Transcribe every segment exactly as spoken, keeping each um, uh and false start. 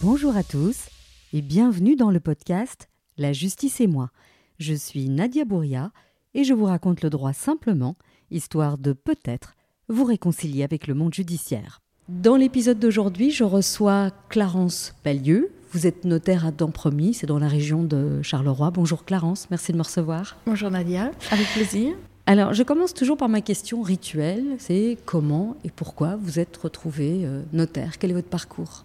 Bonjour à tous et bienvenue dans le podcast La justice et moi. Je suis Nadia Bouria et je vous raconte le droit simplement, histoire de peut-être vous réconcilier avec le monde judiciaire. Dans l'épisode d'aujourd'hui, je reçois Clarence Ballieu. Vous êtes notaire à Dampremy, c'est dans la région de Charleroi. Bonjour Clarence, merci de me recevoir. Bonjour Nadia, avec plaisir. Alors, je commence toujours par ma question rituelle, c'est comment et pourquoi vous êtes retrouvé euh, notaire? Quel est votre parcours?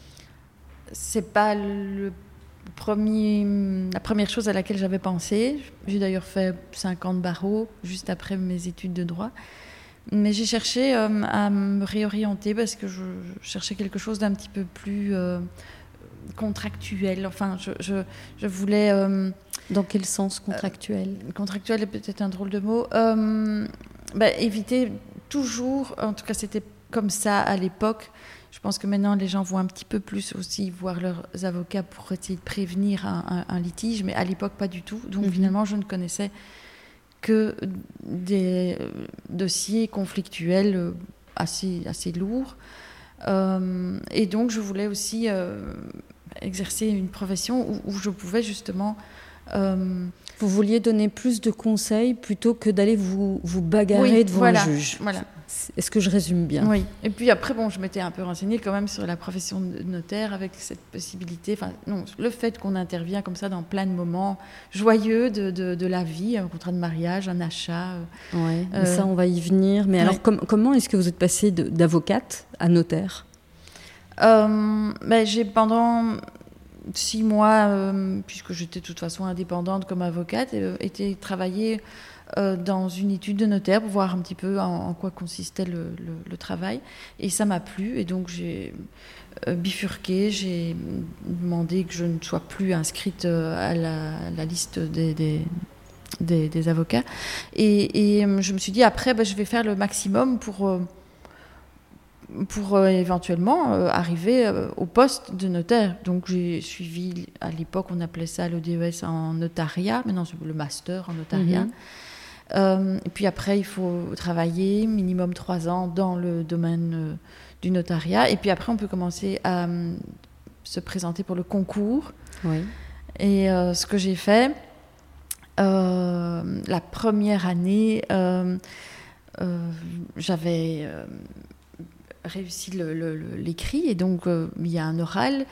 C'est pas le premier, la première chose à laquelle j'avais pensé. J'ai d'ailleurs fait cinq ans de barreau juste après mes études de droit. Mais j'ai cherché euh, à me réorienter parce que je, je cherchais quelque chose d'un petit peu plus euh, contractuel. Enfin, je, je, je voulais... Euh, Dans quel sens contractuel? euh, Contractuel est peut-être un drôle de mot. Euh, bah, éviter toujours, en tout cas c'était comme ça à l'époque. Je pense que maintenant les gens vont un petit peu plus aussi voir leurs avocats pour essayer de prévenir un, un, un litige, mais à l'époque pas du tout. Donc mm-hmm. finalement je ne connaissais que des dossiers conflictuels assez, assez lourds. Euh, et donc je voulais aussi euh, exercer une profession où, où je pouvais justement... Euh, vous vouliez donner plus de conseils plutôt que d'aller vous, vous bagarrer oui, devant voilà, un juge. Voilà. Est-ce que je résume bien? Oui. Et puis après, bon, je m'étais un peu renseignée quand même sur la profession de notaire avec cette possibilité, enfin non, le fait qu'on intervient comme ça dans plein de moments joyeux de, de, de la vie, un contrat de mariage, un achat. Oui, euh, ça on va y venir. Mais ouais. alors com- comment est-ce que vous êtes passée de, d'avocate à notaire? euh, ben, J'ai pendant... six mois, euh, puisque j'étais de toute façon indépendante comme avocate, euh, été travailler euh, dans une étude de notaire pour voir un petit peu en, en quoi consistait le, le, le travail. Et ça m'a plu, et donc j'ai euh, bifurqué, j'ai demandé que je ne sois plus inscrite euh, à, la, à la liste des, des, des, des avocats. Et, et euh, je me suis dit, après, bah, je vais faire le maximum pour... Euh, pour euh, éventuellement euh, arriver euh, au poste de notaire. Donc j'ai suivi, à l'époque on appelait ça le D E S en notariat, maintenant c'est le master en notariat. Mm-hmm. Euh, et puis après il faut travailler minimum trois ans dans le domaine euh, du notariat. Et puis après on peut commencer à euh, se présenter pour le concours. Oui. Et euh, ce que j'ai fait, euh, la première année, euh, euh, j'avais... Euh, réussi le, le, le, l'écrit, et donc euh, il y a un oral.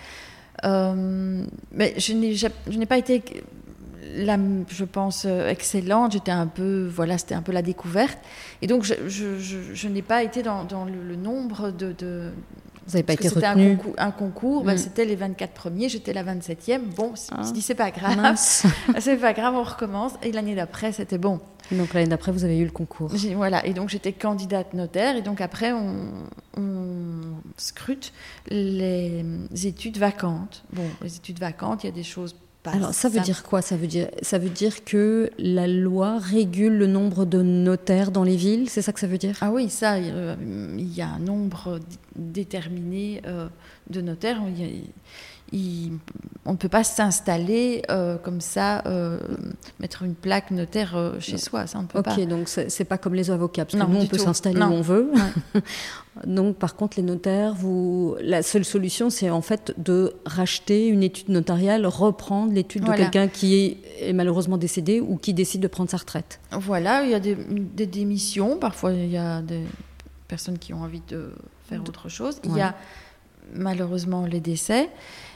Euh, mais je n'ai, je n'ai pas été, la, je pense, excellente. J'étais un peu, voilà, c'était un peu la découverte. Et donc je, je, je, je n'ai pas été dans, dans le, le nombre de... de Vous n'avez pas été c'était retenue. un concours, un concours mmh. ben, c'était les vingt-quatre premiers, j'étais la vingt-septième. Bon, ah. je me suis dit, c'est pas grave. C'est pas grave, on recommence. Et l'année d'après, c'était bon. Donc l'année d'après, vous avez eu le concours. J'ai, voilà, et donc j'étais candidate notaire, et donc après, on, on scrute les études vacantes. Bon, les études vacantes, il y a des choses pas Alors ça simples. veut dire quoi? Ça veut dire, ça veut dire que la loi régule le nombre de notaires dans les villes? C'est ça que ça veut dire? Ah oui, ça, euh, il y a un nombre d- déterminé euh, de notaires. Il y a, Il, on ne peut pas s'installer euh, comme ça, euh, mettre une plaque notaire euh, chez soi, ça on ne peut okay, pas. Ok, donc c'est, c'est pas comme les avocats, parce que non, nous on peut tout. s'installer non. où on veut. Ouais. Donc par contre les notaires, vous, la seule solution c'est en fait de racheter une étude notariale, reprendre l'étude voilà. de quelqu'un qui est, est malheureusement décédé ou qui décide de prendre sa retraite. Voilà, il y a des, des démissions, parfois il y a des personnes qui ont envie de faire de... autre chose. Il ouais. y a malheureusement les décès.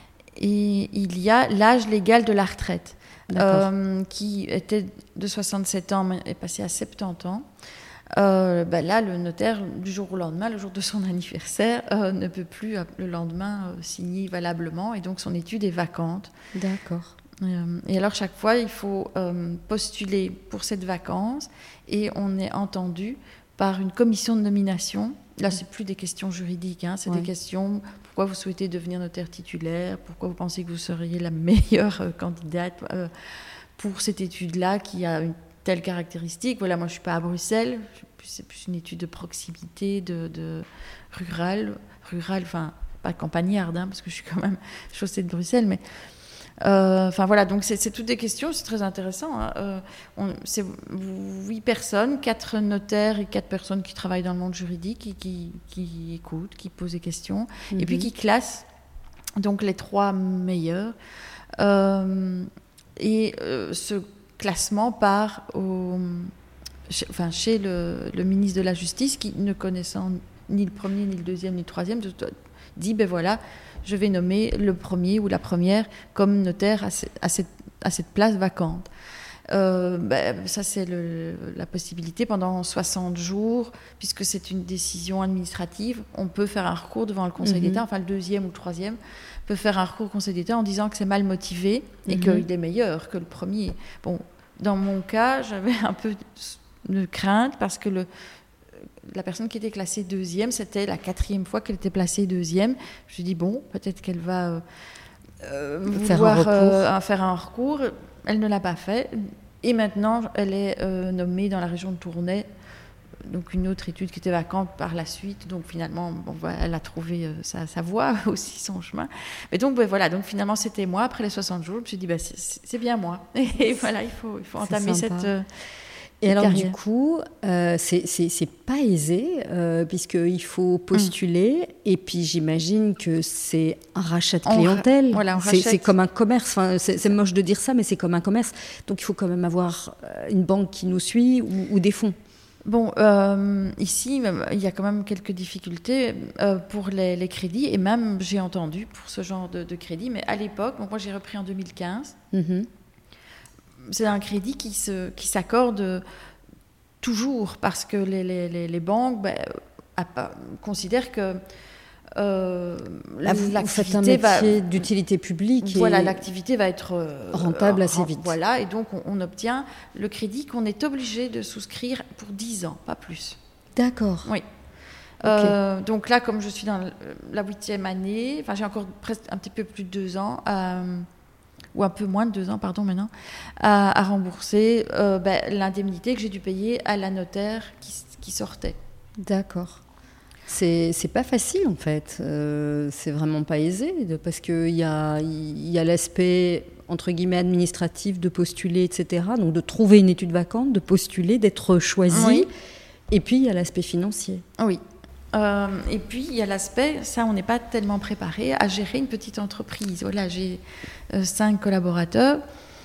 Et il y a l'âge légal de la retraite, euh, qui était de soixante-sept ans, mais est passé à soixante-dix ans. Euh, ben là, le notaire, du jour au lendemain, le jour de son anniversaire, euh, ne peut plus, le lendemain, euh, signer valablement, et donc son étude est vacante. D'accord. Euh, et alors, chaque fois, il faut euh, postuler pour cette vacance, et on est entendu par une commission de nomination. Là, c'est plus des questions juridiques, hein, c'est ouais. des questions... Pourquoi vous souhaitez devenir notaire titulaire? Pourquoi vous pensez que vous seriez la meilleure euh, candidate euh, pour cette étude-là qui a une telle caractéristique? Voilà, moi, je ne suis pas à Bruxelles. C'est plus une étude de proximité, de, de rural, rural, enfin, pas campagnarde, hein, parce que je suis quand même chaussée de Bruxelles, mais... Enfin euh, voilà, donc c'est, c'est toutes des questions, c'est très intéressant. Hein. Euh, on, c'est huit personnes, quatre notaires et quatre personnes qui travaillent dans le monde juridique et qui, qui écoutent, qui posent des questions, mm-hmm. et puis qui classent donc les trois meilleurs. Euh, et euh, ce classement part au, chez, enfin, chez le, le ministre de la Justice qui, ne connaissant ni le premier, ni le deuxième, ni le troisième, dit, ben voilà, je vais nommer le premier ou la première comme notaire à, ce, à, cette, à cette place vacante. Euh, ben, ça, c'est le, la possibilité pendant soixante jours, puisque c'est une décision administrative. On peut faire un recours devant le Conseil mmh. d'État, enfin le deuxième ou le troisième peut faire un recours au Conseil d'État en disant que c'est mal motivé et mmh. qu'il est meilleur que le premier. Bon, dans mon cas, j'avais un peu de crainte parce que le, la personne qui était classée deuxième, c'était la quatrième fois qu'elle était placée deuxième. Je me suis dit, bon, peut-être qu'elle va euh, euh, faire, vouloir, un euh, faire un recours. Elle ne l'a pas fait. Et maintenant, elle est euh, nommée dans la région de Tournai. Donc, une autre étude qui était vacante par la suite. Donc, finalement, bon, elle a trouvé euh, sa, sa voie, aussi son chemin. Mais donc, ben, voilà. Donc, finalement, c'était moi. Après les soixante jours, je me suis dit, ben, c'est, c'est bien moi. Et voilà, il faut, il faut entamer cette... Euh, Et alors carrière. Du coup, euh, c'est, c'est, c'est pas aisé euh, puisqu'il faut postuler mmh. et puis j'imagine que c'est un rachat de clientèle. On, voilà, on c'est, c'est comme un commerce. Enfin, c'est, c'est moche de dire ça, mais c'est comme un commerce. Donc il faut quand même avoir une banque qui nous suit ou, ou des fonds. Bon, euh, ici, il y a quand même quelques difficultés euh, pour les, les crédits et même, j'ai entendu, pour ce genre de, de crédit. Mais à l'époque, donc moi j'ai repris en deux mille quinze. Mmh. C'est un crédit qui, se, qui s'accorde toujours parce que les, les, les banques ben, considèrent que euh, Là, vous, l'activité vous faites un métier va, d'utilité publique. Voilà, et l'activité va être euh, rentable assez rent, vite. Voilà, et donc on, on obtient le crédit qu'on est obligé de souscrire pour dix ans, pas plus. D'accord. Oui. Okay. Euh, donc là, comme je suis dans la huitième année, enfin j'ai encore presque un petit peu plus de deux ans. Euh, ou un peu moins de deux ans, pardon, maintenant, à, à rembourser euh, ben, l'indemnité que j'ai dû payer à la notaire qui, qui sortait. D'accord. C'est, c'est pas facile, en fait. Euh, c'est vraiment pas aisé, de, parce qu'il y a, y a l'aspect, entre guillemets, administratif de postuler, et cetera. Donc, de trouver une étude vacante, de postuler, d'être choisi. Oui. Et puis, il y a l'aspect financier. Oui. Euh, et puis, il y a l'aspect, ça, on n'est pas tellement préparé à gérer une petite entreprise. Voilà, j'ai euh, cinq collaborateurs.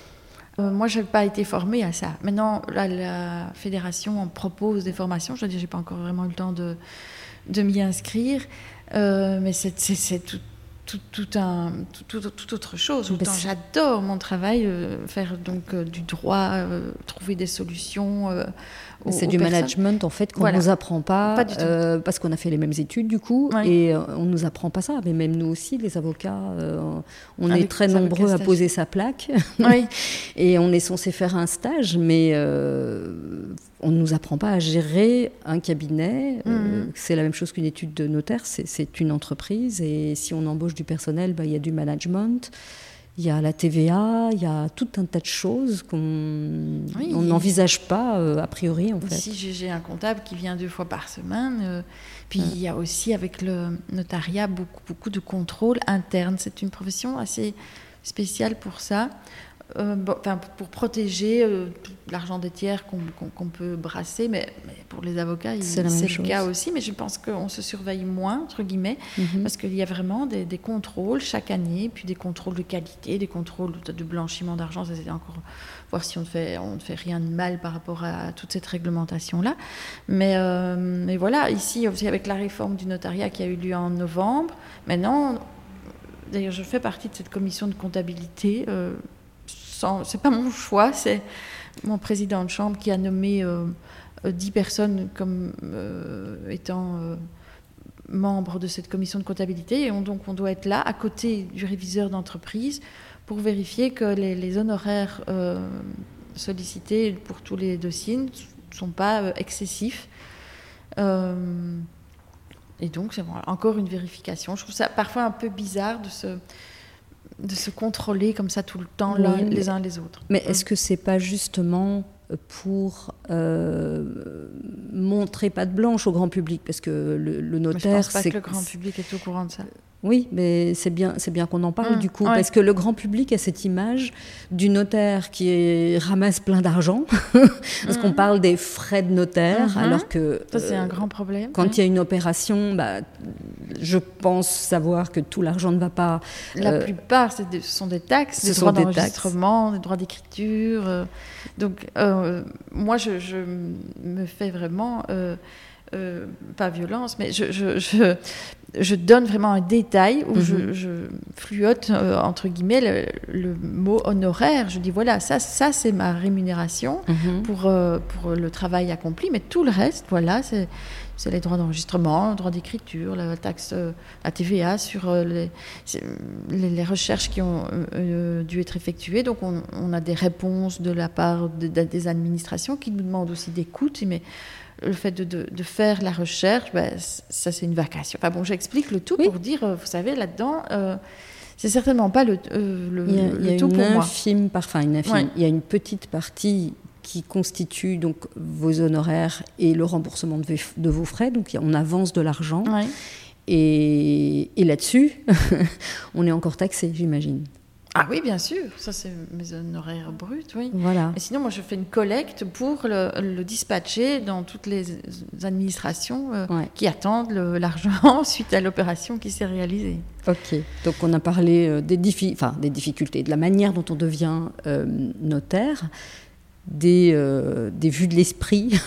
Euh, moi, je n'ai pas été formée à ça. Maintenant, là, la fédération en propose des formations. Je veux dire, je n'ai pas encore vraiment eu le temps de, de m'y inscrire. Euh, mais c'est, c'est, c'est tout, tout, tout, un, tout, tout, tout autre chose. Autant j'adore mon travail, euh, faire donc, euh, du droit, euh, trouver des solutions... Euh, C'est du management, en fait, qu'on ne voilà. nous apprend pas, pas euh, parce qu'on a fait les mêmes études, du coup, oui. et euh, on ne nous apprend pas ça. Mais même nous aussi, les avocats, euh, on Avec est très nombreux à poser sa plaque, oui. et on est censé faire un stage, mais euh, on ne nous apprend pas à gérer un cabinet. Mm-hmm. Euh, c'est la même chose qu'une étude de notaire, c'est, c'est une entreprise, et si on embauche du personnel, bah, y a du management. Il y a la T V A, il y a tout un tas de choses qu'on oui, n'envisage pas euh, a priori en fait. Ici, j'ai un comptable qui vient deux fois par semaine. Euh, puis hum. il y a aussi avec le notariat beaucoup, beaucoup de contrôle interne. C'est une profession assez spéciale pour ça. Euh, bon, enfin, pour protéger euh, tout l'argent des tiers qu'on, qu'on, qu'on peut brasser, mais, mais pour les avocats, il, c'est, c'est le cas aussi. Mais je pense qu'on se surveille moins, entre guillemets, mm-hmm. parce qu'il y a vraiment des, des contrôles chaque année, puis des contrôles de qualité, des contrôles de, de blanchiment d'argent. Ça, c'est encore voir si on ne fait, on ne fait rien de mal par rapport à toute cette réglementation-là. Mais, euh, mais voilà, ici, aussi avec la réforme du notariat qui a eu lieu en novembre, maintenant, d'ailleurs, je fais partie de cette commission de comptabilité. Euh, Sans, c'est pas mon choix, c'est mon président de chambre qui a nommé euh, dix personnes comme euh, étant euh, membres de cette commission de comptabilité. Et on, donc on doit être là, à côté du réviseur d'entreprise, pour vérifier que les, les honoraires euh, sollicités pour tous les dossiers ne sont pas euh, excessifs. Euh, et donc, c'est bon, encore une vérification. Je trouve ça parfois un peu bizarre de se... de se contrôler comme ça tout le temps, oui, l'un, les uns les autres. Mais est-ce que c'est pas justement pour euh, montrer patte blanche au grand public, parce que le, le notaire, mais je pense pas c'est que le grand public est au courant de ça. Oui, mais c'est bien, c'est bien qu'on en parle Mmh, du coup, ouais. parce que le grand public a cette image du notaire qui est- ramasse plein d'argent, parce qu'on Mhm. parle des frais de notaire, Mhm. alors que Ça, c'est euh, un grand problème. quand oui. il y a une opération, bah, je pense savoir que tout l'argent ne va pas. La euh, plupart, c'est des- ce sont des taxes, ce des sont droits des d'enregistrement, des droits d'écriture. euh, donc, euh, moi, je, je me fais vraiment, euh, euh, pas violence, mais je, je, je, je donne vraiment un détail où Mhm. je, je fluote, euh, entre guillemets, le, le mot honoraire. Je dis, voilà, ça, ça c'est ma rémunération mhm. pour, euh, pour le travail accompli, mais tout le reste, voilà, c'est... C'est les droits d'enregistrement, le droit d'écriture, la taxe, euh, la T V A sur euh, les, c'est, les, les recherches qui ont euh, euh, dû être effectuées. Donc on, on a des réponses de la part de, de, des administrations qui nous demandent aussi des coûts. Mais le fait de, de, de faire la recherche, ben, ça c'est une vacation. Enfin bon, j'explique le tout Oui. pour dire, euh, vous savez, là-dedans, euh, c'est certainement pas le, euh, le, Il y a, le il y a tout une pour moi. infime, par- enfin, une infime, Ouais. il y a une petite partie qui constitue donc vos honoraires et le remboursement de, v- de vos frais. Donc on avance de l'argent. Ouais. Et, et là-dessus, on est encore taxé, j'imagine. Ah oui, bien sûr, ça c'est mes honoraires bruts, oui. Voilà. Mais sinon, moi, je fais une collecte pour le, le dispatcher dans toutes les administrations euh, Ouais. qui attendent le- l'argent suite à l'opération qui s'est réalisée. Ok. Donc on a parlé euh, des, diffi- enfin, des difficultés, de la manière dont on devient euh, notaire. Des, euh, des vues de l'esprit,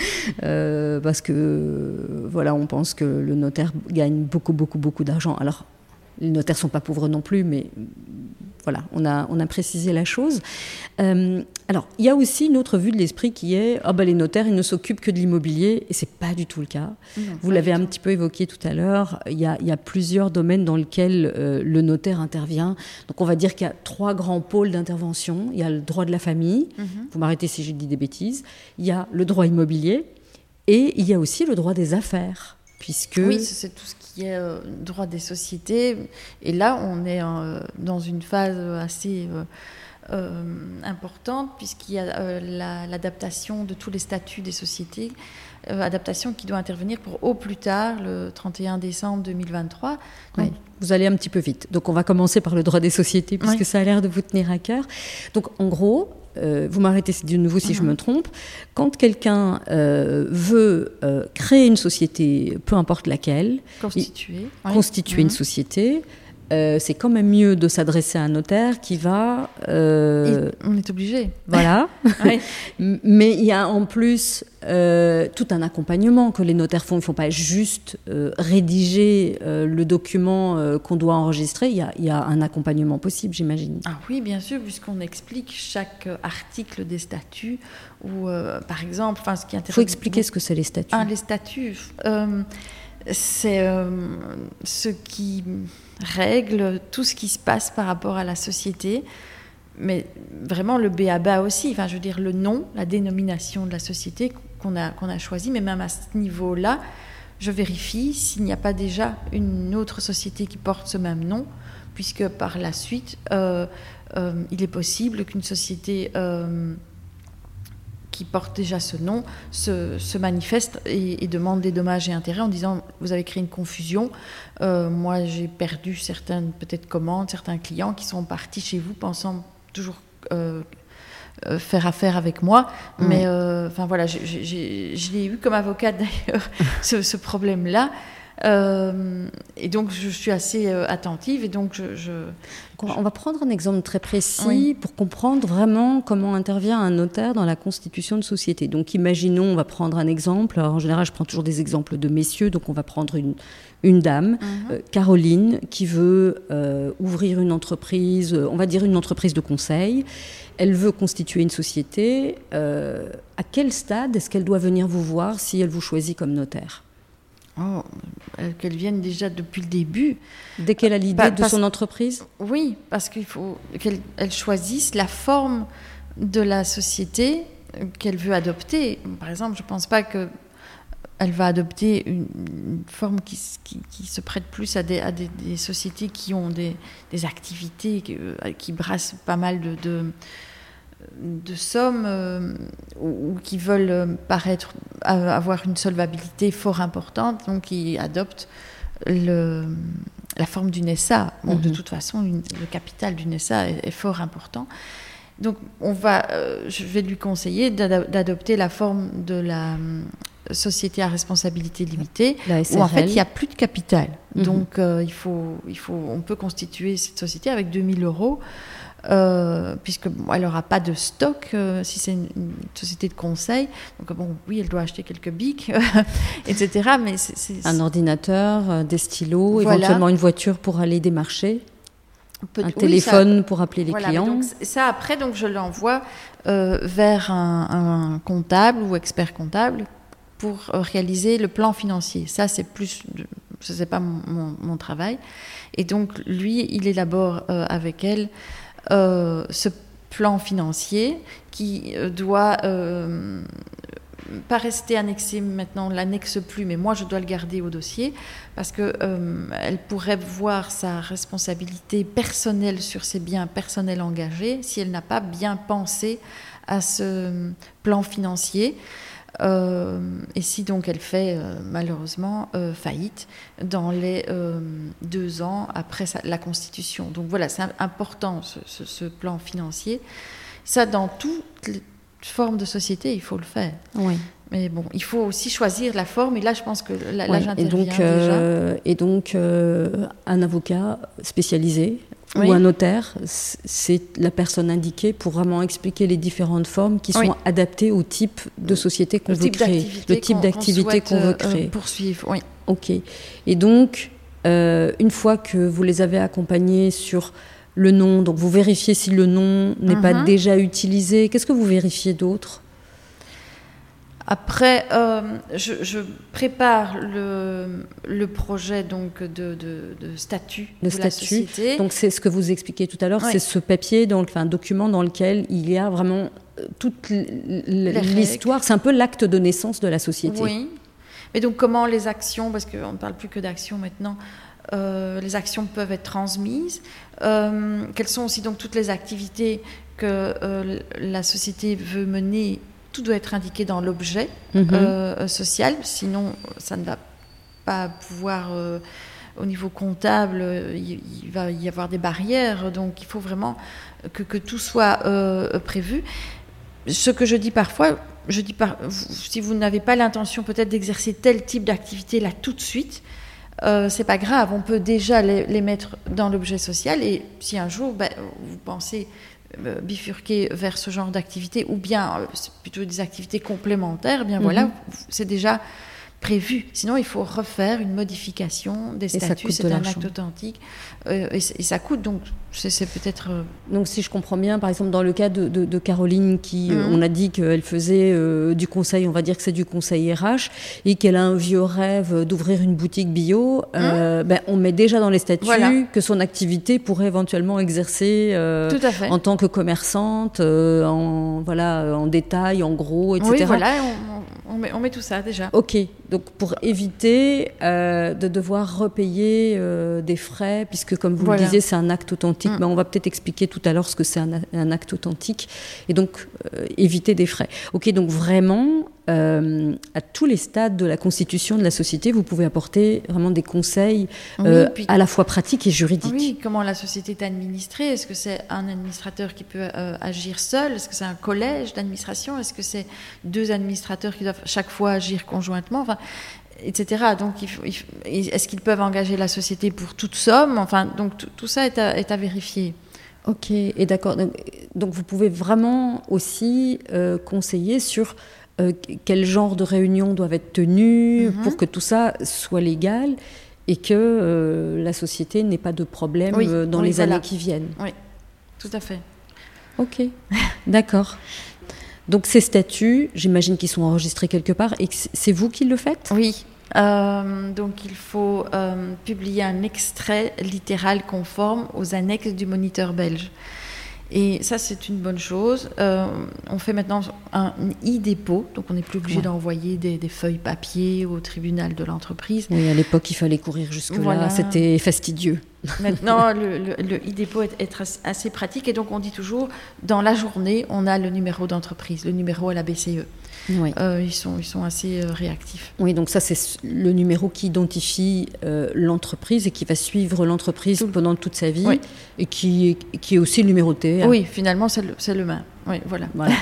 euh, parce que euh, voilà, on pense que le notaire gagne beaucoup, beaucoup, beaucoup d'argent. Alors, les notaires ne sont pas pauvres non plus, mais voilà, on a, on a précisé la chose. Euh, alors, il y a aussi une autre vue de l'esprit qui est ah ben, les notaires, ils ne s'occupent que de l'immobilier, et ce n'est pas du tout le cas. Non, Vous pas l'avez du un tout. petit peu évoqué tout à l'heure, il y a, il y a plusieurs domaines dans lesquels euh, le notaire intervient. Donc, on va dire qu'il y a trois grands pôles d'intervention. Il y a le droit de la famille, Mhm. vous m'arrêtez si j'ai dit des bêtises, il y a le droit immobilier, et il y a aussi le droit des affaires, puisque... Oui, ça, c'est tout ce qui est euh, droit des sociétés. Et là, on est euh, dans une phase assez euh, euh, importante, puisqu'il y a euh, la- l'adaptation de tous les statuts des sociétés, euh, adaptation qui doit intervenir pour au plus tard le trente et un décembre deux mille vingt-trois. Donc, Ouais, vous allez un petit peu vite. Donc, on va commencer par le droit des sociétés, puisque Oui. ça a l'air de vous tenir à cœur. Donc, en gros, euh, vous m'arrêtez de nouveau si Mhm. je me trompe, quand quelqu'un euh, veut euh, créer une société, peu importe laquelle, constitué. Oui. constituer Mhm. une société, euh, c'est quand même mieux de s'adresser à un notaire qui va... euh, Il- on est obligé. Voilà. Oui. Mais il y a en plus euh, tout un accompagnement que les notaires font. Ils ne font pas juste euh, rédiger euh, le document euh, qu'on doit enregistrer. Il y a, il y a un accompagnement possible, j'imagine. Ah oui, bien sûr, puisqu'on explique chaque euh, article des statuts, ou euh, par exemple, enfin, ce qui Il intéresse. faut expliquer ce que c'est les statuts. Ah, les statuts, euh, c'est euh, ce qui règle tout ce qui se passe par rapport à la société, mais vraiment le b a ba aussi. Enfin, je veux dire, le nom, la dénomination de la société qu'on a, qu'on a choisie, mais même à ce niveau-là, je vérifie s'il n'y a pas déjà une autre société qui porte ce même nom, puisque par la suite, euh, euh, il est possible qu'une société euh, qui porte déjà ce nom se, se manifeste et, et demande des dommages et intérêts en disant vous avez créé une confusion, euh, moi j'ai perdu certaines peut-être commandes, certains clients qui sont partis chez vous pensant toujours euh, euh, faire affaire avec moi, Mmh. mais euh, enfin voilà, j'ai, j'ai, je l'ai eu comme avocate d'ailleurs ce, ce problème-là. Euh, et donc je suis assez euh, attentive et donc je, je... On va- on va prendre un exemple très précis Oui. pour comprendre vraiment comment intervient un notaire dans la constitution de société. Donc imaginons, on va prendre un exemple. Alors, en général, je prends toujours des exemples de messieurs. Donc on va prendre une, une dame, Mhm. euh, Caroline, qui veut euh, ouvrir une entreprise, euh, on va dire une entreprise de conseil. Elle veut constituer une société. Euh, à quel stade est-ce qu'elle doit venir vous voir si elle vous choisit comme notaire ? Oh, euh, qu'elles viennent déjà depuis le début. Dès qu'elle a l'idée Bah, de parce- son entreprise ? Oui, parce qu'il faut qu'elle elle choisisse la forme de la société euh, qu'elle veut adopter. Par exemple, je ne pense pas que elle va adopter une, une forme qui, s- qui, qui se prête plus à des, à des, des sociétés qui ont des, des activités qui, euh, qui brassent pas mal de, de, de sommes euh, ou, ou qui veulent euh, paraître euh, avoir une solvabilité fort importante, donc qui adoptent le, la forme d'une S A. Bon, Mm-hmm. de toute façon, une, le capital d'une S A est, est fort important. Donc, on va, euh, je vais lui conseiller d'ado- d'adopter la forme de la euh, société à responsabilité limitée, La S R L. où en fait, il n'y a plus de capital. Mm-hmm. Donc, euh, il faut, il faut, on peut constituer cette société avec deux mille euros. Euh, puisque bon, elle n'aura pas de stock euh, si c'est une, une société de conseil. Donc bon, oui, elle doit acheter quelques bics, et cetera. Mais c'est, c'est, Un ordinateur, euh, des stylos, Voilà. éventuellement une voiture pour aller démarcher, peut- un oui, téléphone ça- pour appeler les voilà, clients. donc, ça, après, donc, je l'envoie euh, vers un, un comptable ou expert comptable pour euh, réaliser le plan financier. Ça, c'est plus, de- ce n'est pas mon, mon- mon travail. Et donc, lui, il élabore euh, avec elle euh, ce plan financier qui euh, doit euh, pas rester annexé maintenant, l'annexe plus, mais moi je dois le garder au dossier parce que euh, elle pourrait voir sa responsabilité personnelle sur ses biens personnels engagés si elle n'a pas bien pensé à ce plan financier. Euh, et si donc elle fait euh, malheureusement euh, faillite dans les euh, deux ans après sa, la Constitution. Donc voilà, c'est important ce, ce, ce plan financier. Ça, dans toutes les formes de société, il faut le faire. Oui. Mais bon, il faut aussi choisir la forme. Et là, je pense que là, là Ouais, j'interviens et donc, euh, déjà. et donc euh, un avocat spécialisé Oui. ou un notaire, c'est la personne indiquée pour vraiment expliquer les différentes formes qui sont Oui. adaptées au type de société qu'on Le veut type créer, d'activité le type qu'on- d'activité qu'on qu'on veut souhaite, euh, créer. poursuivre, oui. Ok. Et donc, euh, une fois que vous les avez accompagnés sur le nom, donc vous vérifiez si le nom n'est pas Mhm. déjà utilisé. Qu'est-ce que vous vérifiez d'autre ? Après, euh, je, je prépare le, le projet donc de, de, de statut Le de la statut. société. Donc c'est ce que vous expliquiez tout à l'heure, Oui. c'est ce papier, donc, enfin un document dans lequel il y a vraiment euh, toute l- l- règles. l'histoire. C'est un peu l'acte de naissance de la société. Oui. Mais donc, comment les actions, parce qu'on ne parle plus que d'actions maintenant, euh, les actions peuvent être transmises. Euh, quelles sont aussi donc toutes les activités que euh, la société veut mener. Tout doit être indiqué dans l'objet Mhm. euh, social, sinon ça ne va pas pouvoir, euh, au niveau comptable, euh, il, il va y avoir des barrières, donc il faut vraiment que, que tout soit euh, prévu. Ce que je dis parfois, je dis par, si vous n'avez pas l'intention peut-être d'exercer tel type d'activité là tout de suite, euh, c'est pas grave, on peut déjà les, les mettre dans l'objet social, et si un jour ben, vous pensez euh, bifurquer vers ce genre d'activité, ou bien euh, c'est plutôt des activités complémentaires, eh bien Mhm. voilà, c'est déjà prévu. Sinon, il faut refaire une modification des ça statuts, coûte c'est de un l'argent. acte authentique, euh, et, et ça coûte, donc c'est, c'est peut-être... euh, Donc si je comprends bien, par exemple dans le cas de, de, de Caroline, qui, euh, Mhm. on a dit qu'elle faisait euh, du conseil, on va dire que c'est du conseil R H, et qu'elle a un vieux rêve d'ouvrir une boutique bio, euh, ben, on met déjà dans les statuts Voilà. que son activité pourrait éventuellement exercer euh, tout à fait. en tant que commerçante, euh, en, voilà, en détail, en gros, et cetera. Oui, voilà, on, on, met, on met tout ça déjà. Ok, donc pour éviter euh, de devoir repayer euh, des frais, puisque comme vous Voilà. le disiez, c'est un acte authentique, Mm. ben, on va peut-être expliquer tout à l'heure ce que c'est un, un acte authentique, et donc euh, éviter des frais. Ok, donc vraiment, euh, à tous les stades de la constitution de la société, vous pouvez apporter vraiment des conseils euh, Oui, puis- à la fois pratiques et juridiques. Oui, comment la société est administrée? Est-ce que c'est un administrateur qui peut euh, agir seul? Est-ce que c'est un collège d'administration? Est-ce que c'est deux administrateurs qui doivent chaque fois agir conjointement? Enfin, et cetera. Donc, il faut, il faut- est-ce qu'ils peuvent engager la société pour toute somme? Enfin, donc tout, tout ça est à, est à vérifier. Ok, et d'accord. Donc, donc vous pouvez vraiment aussi euh, conseiller sur euh, quel genre de réunions doivent être tenues Mhm. pour que tout ça soit légal et que euh, la société n'ait pas de problème Oui, euh, dans oui, les voilà. années qui viennent. Tout à fait. Ok, d'accord. Donc ces statuts, j'imagine qu'ils sont enregistrés quelque part et que c'est- c'est vous qui le faites? Oui. Euh, donc, il faut euh, publier un extrait littéral conforme aux annexes du moniteur belge. Et ça, c'est une bonne chose. Euh, on fait maintenant un e-dépôt, donc on n'est plus obligé Ouais. d'envoyer des, des feuilles papier au tribunal de l'entreprise. Oui, à l'époque, il fallait courir jusque-là. Voilà. C'était fastidieux. Maintenant, le, le, le e-dépôt est, est assez pratique et donc on dit toujours, dans la journée, on a le numéro d'entreprise, le numéro à la B C E. Oui. Euh, ils sont, ils sont assez euh, réactifs. Oui, donc ça, c'est le numéro qui identifie euh, l'entreprise et qui va suivre l'entreprise Tout. pendant toute sa vie, oui. et qui, qui est aussi le numéro de T V A. Oui, finalement, c'est le, c'est le même. Oui, voilà. voilà.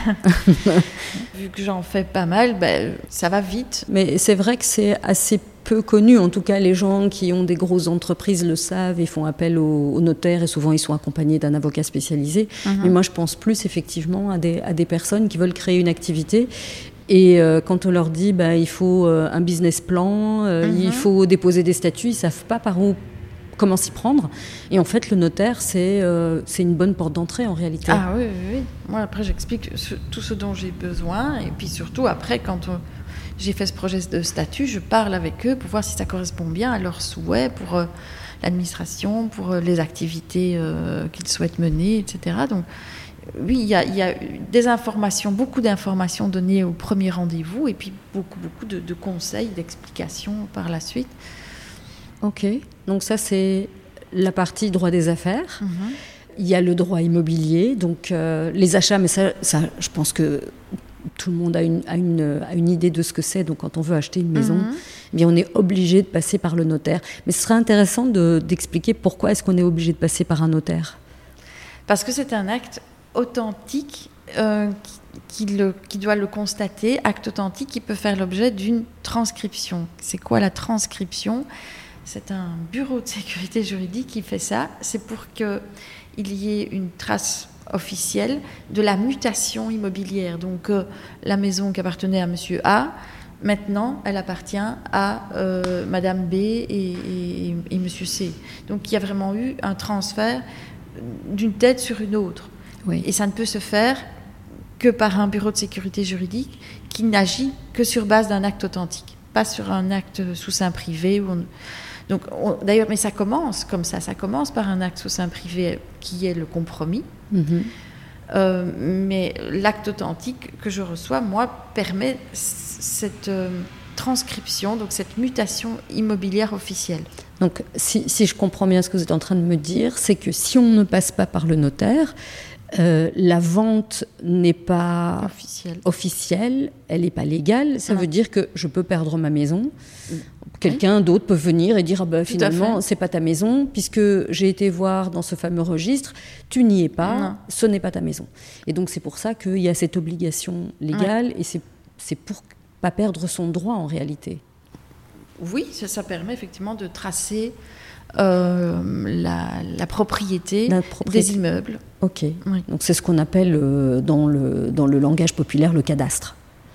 Vu que j'en fais pas mal, ben, ça va vite. Mais c'est vrai que c'est assez peu connu. En tout cas, les gens qui ont des grosses entreprises le savent et font appel au, au notaire, et souvent ils sont accompagnés d'un avocat spécialisé. Mm-hmm. Mais moi, je pense plus effectivement à des, à des personnes qui veulent créer une activité. Et euh, quand on leur dit bah, il faut euh, un business plan, euh, mm-hmm. il faut déposer des statuts, ils ne savent pas par où, comment s'y prendre. Et en fait, le notaire, c'est, euh, c'est une bonne porte d'entrée en réalité. Ah oui, oui, oui. Moi, après, j'explique ce, tout ce dont j'ai besoin. Et puis surtout, après, quand on, j'ai fait ce projet de statut, je parle avec eux pour voir si ça correspond bien à leurs souhaits pour euh, l'administration, pour euh, les activités euh, qu'ils souhaitent mener, et cetera. Donc, oui, il y a, il y a des informations, beaucoup d'informations données au premier rendez-vous et puis beaucoup, beaucoup de, de conseils, d'explications par la suite. Ok, donc ça c'est la partie droit des affaires. Mm-hmm. Il y a le droit immobilier, donc euh, les achats, mais ça, ça, je pense que tout le monde a une, a, une, a une idée de ce que c'est. Donc quand on veut acheter une maison, mm-hmm. eh bien, on est obligé de passer par le notaire. Mais ce serait intéressant de, d'expliquer pourquoi est-ce qu'on est obligé de passer par un notaire. Parce que c'est un acte authentique euh, qui, qui, le, qui doit le constater, acte authentique qui peut faire l'objet d'une transcription. C'est quoi la transcription ? C'est un bureau de sécurité juridique qui fait ça. C'est pour qu'il y ait une trace officielle de la mutation immobilière. Donc euh, la maison qui appartenait à monsieur A, maintenant elle appartient à euh, madame B et, et, et monsieur C. Donc il y a vraiment eu un transfert d'une tête sur une autre. Oui. Et ça ne peut se faire que par un bureau de sécurité juridique qui n'agit que sur base d'un acte authentique, pas sur un acte sous seing privé. Où on... Donc, on... D'ailleurs, mais ça commence comme ça, ça commence par un acte sous seing privé qui est le compromis. Mm-hmm. Euh, mais l'acte authentique que je reçois, moi, permet cette euh, transcription, donc cette mutation immobilière officielle. Donc, si, si je comprends bien ce que vous êtes en train de me dire, c'est que si on ne passe pas par le notaire, Euh, la vente n'est pas officielle, officielle elle n'est pas légale, ça non. veut dire que je peux perdre ma maison. Quelqu'un oui. d'autre peut venir et dire ah ben, finalement, c'est pas ta maison, puisque j'ai été voir dans ce fameux registre, tu n'y es pas, non. ce n'est pas ta maison. Et donc, c'est pour ça qu'il y a cette obligation légale, ouais. et c'est, c'est pour ne pas perdre son droit en réalité. Oui, ça, ça permet effectivement de tracer Euh, la, la, propriété la propriété des immeubles. Ok. Oui. Donc c'est ce qu'on appelle euh, dans, le, dans le langage populaire le cadastre.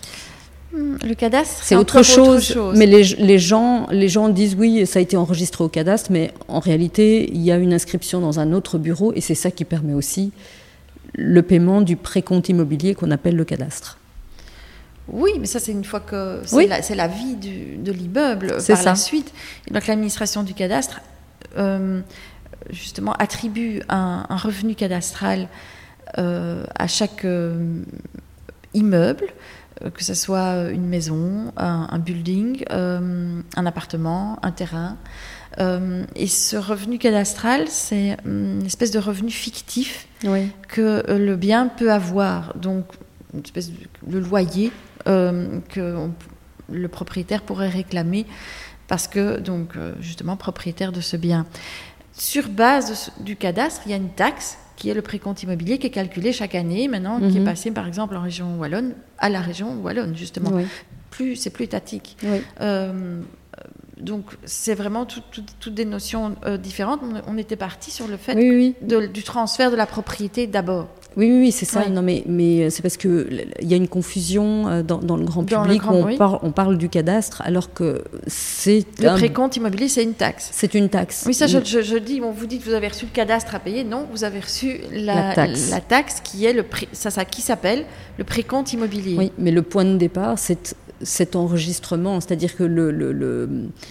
Le cadastre, c'est, c'est autre, chose, autre chose. Mais les, les, gens, les gens disent oui, ça a été enregistré au cadastre, mais en réalité, il y a une inscription dans un autre bureau et c'est ça qui permet aussi le paiement du précompte immobilier qu'on appelle le cadastre. Oui, mais ça, c'est une fois que c'est, oui. la, c'est la vie du, de l'immeuble c'est par ça. la suite. Et donc l'administration du cadastre Euh, justement attribue un, un revenu cadastral euh, à chaque euh, immeuble, euh, que ce soit une maison, un, un building, euh, un appartement, un terrain. Euh, et ce revenu cadastral, c'est une espèce de revenu fictif oui. que le bien peut avoir. Donc, une espèce de le loyer euh, que on, le propriétaire pourrait réclamer parce que, donc, justement, propriétaire de ce bien. Sur base de ce, du cadastre, il y a une taxe qui est le précompte immobilier qui est calculé chaque année, maintenant, mm-hmm. qui est passé, par exemple, en région wallonne, à la région wallonne, justement. Oui. Plus, c'est plus étatique. Oui. Euh, donc, c'est vraiment tout, tout, toutes des notions euh, différentes. On, on était parti sur le fait oui, oui. De, du transfert de la propriété d'abord. Oui, oui, oui, c'est ça. Oui. Non, mais, mais c'est parce qu'il y a une confusion dans, dans le grand dans public le grand, où on, oui. parle, on parle du cadastre alors que c'est... Le un... précompte immobilier, c'est une taxe. C'est une taxe. Oui, ça, je, je, je dis, on vous dit que vous avez reçu le cadastre à payer. Non, vous avez reçu la, la, taxe. la taxe qui est le pré... ça, ça, qui s'appelle le précompte immobilier. Oui, mais le point de départ, c'est cet enregistrement. C'est-à-dire que le... le, le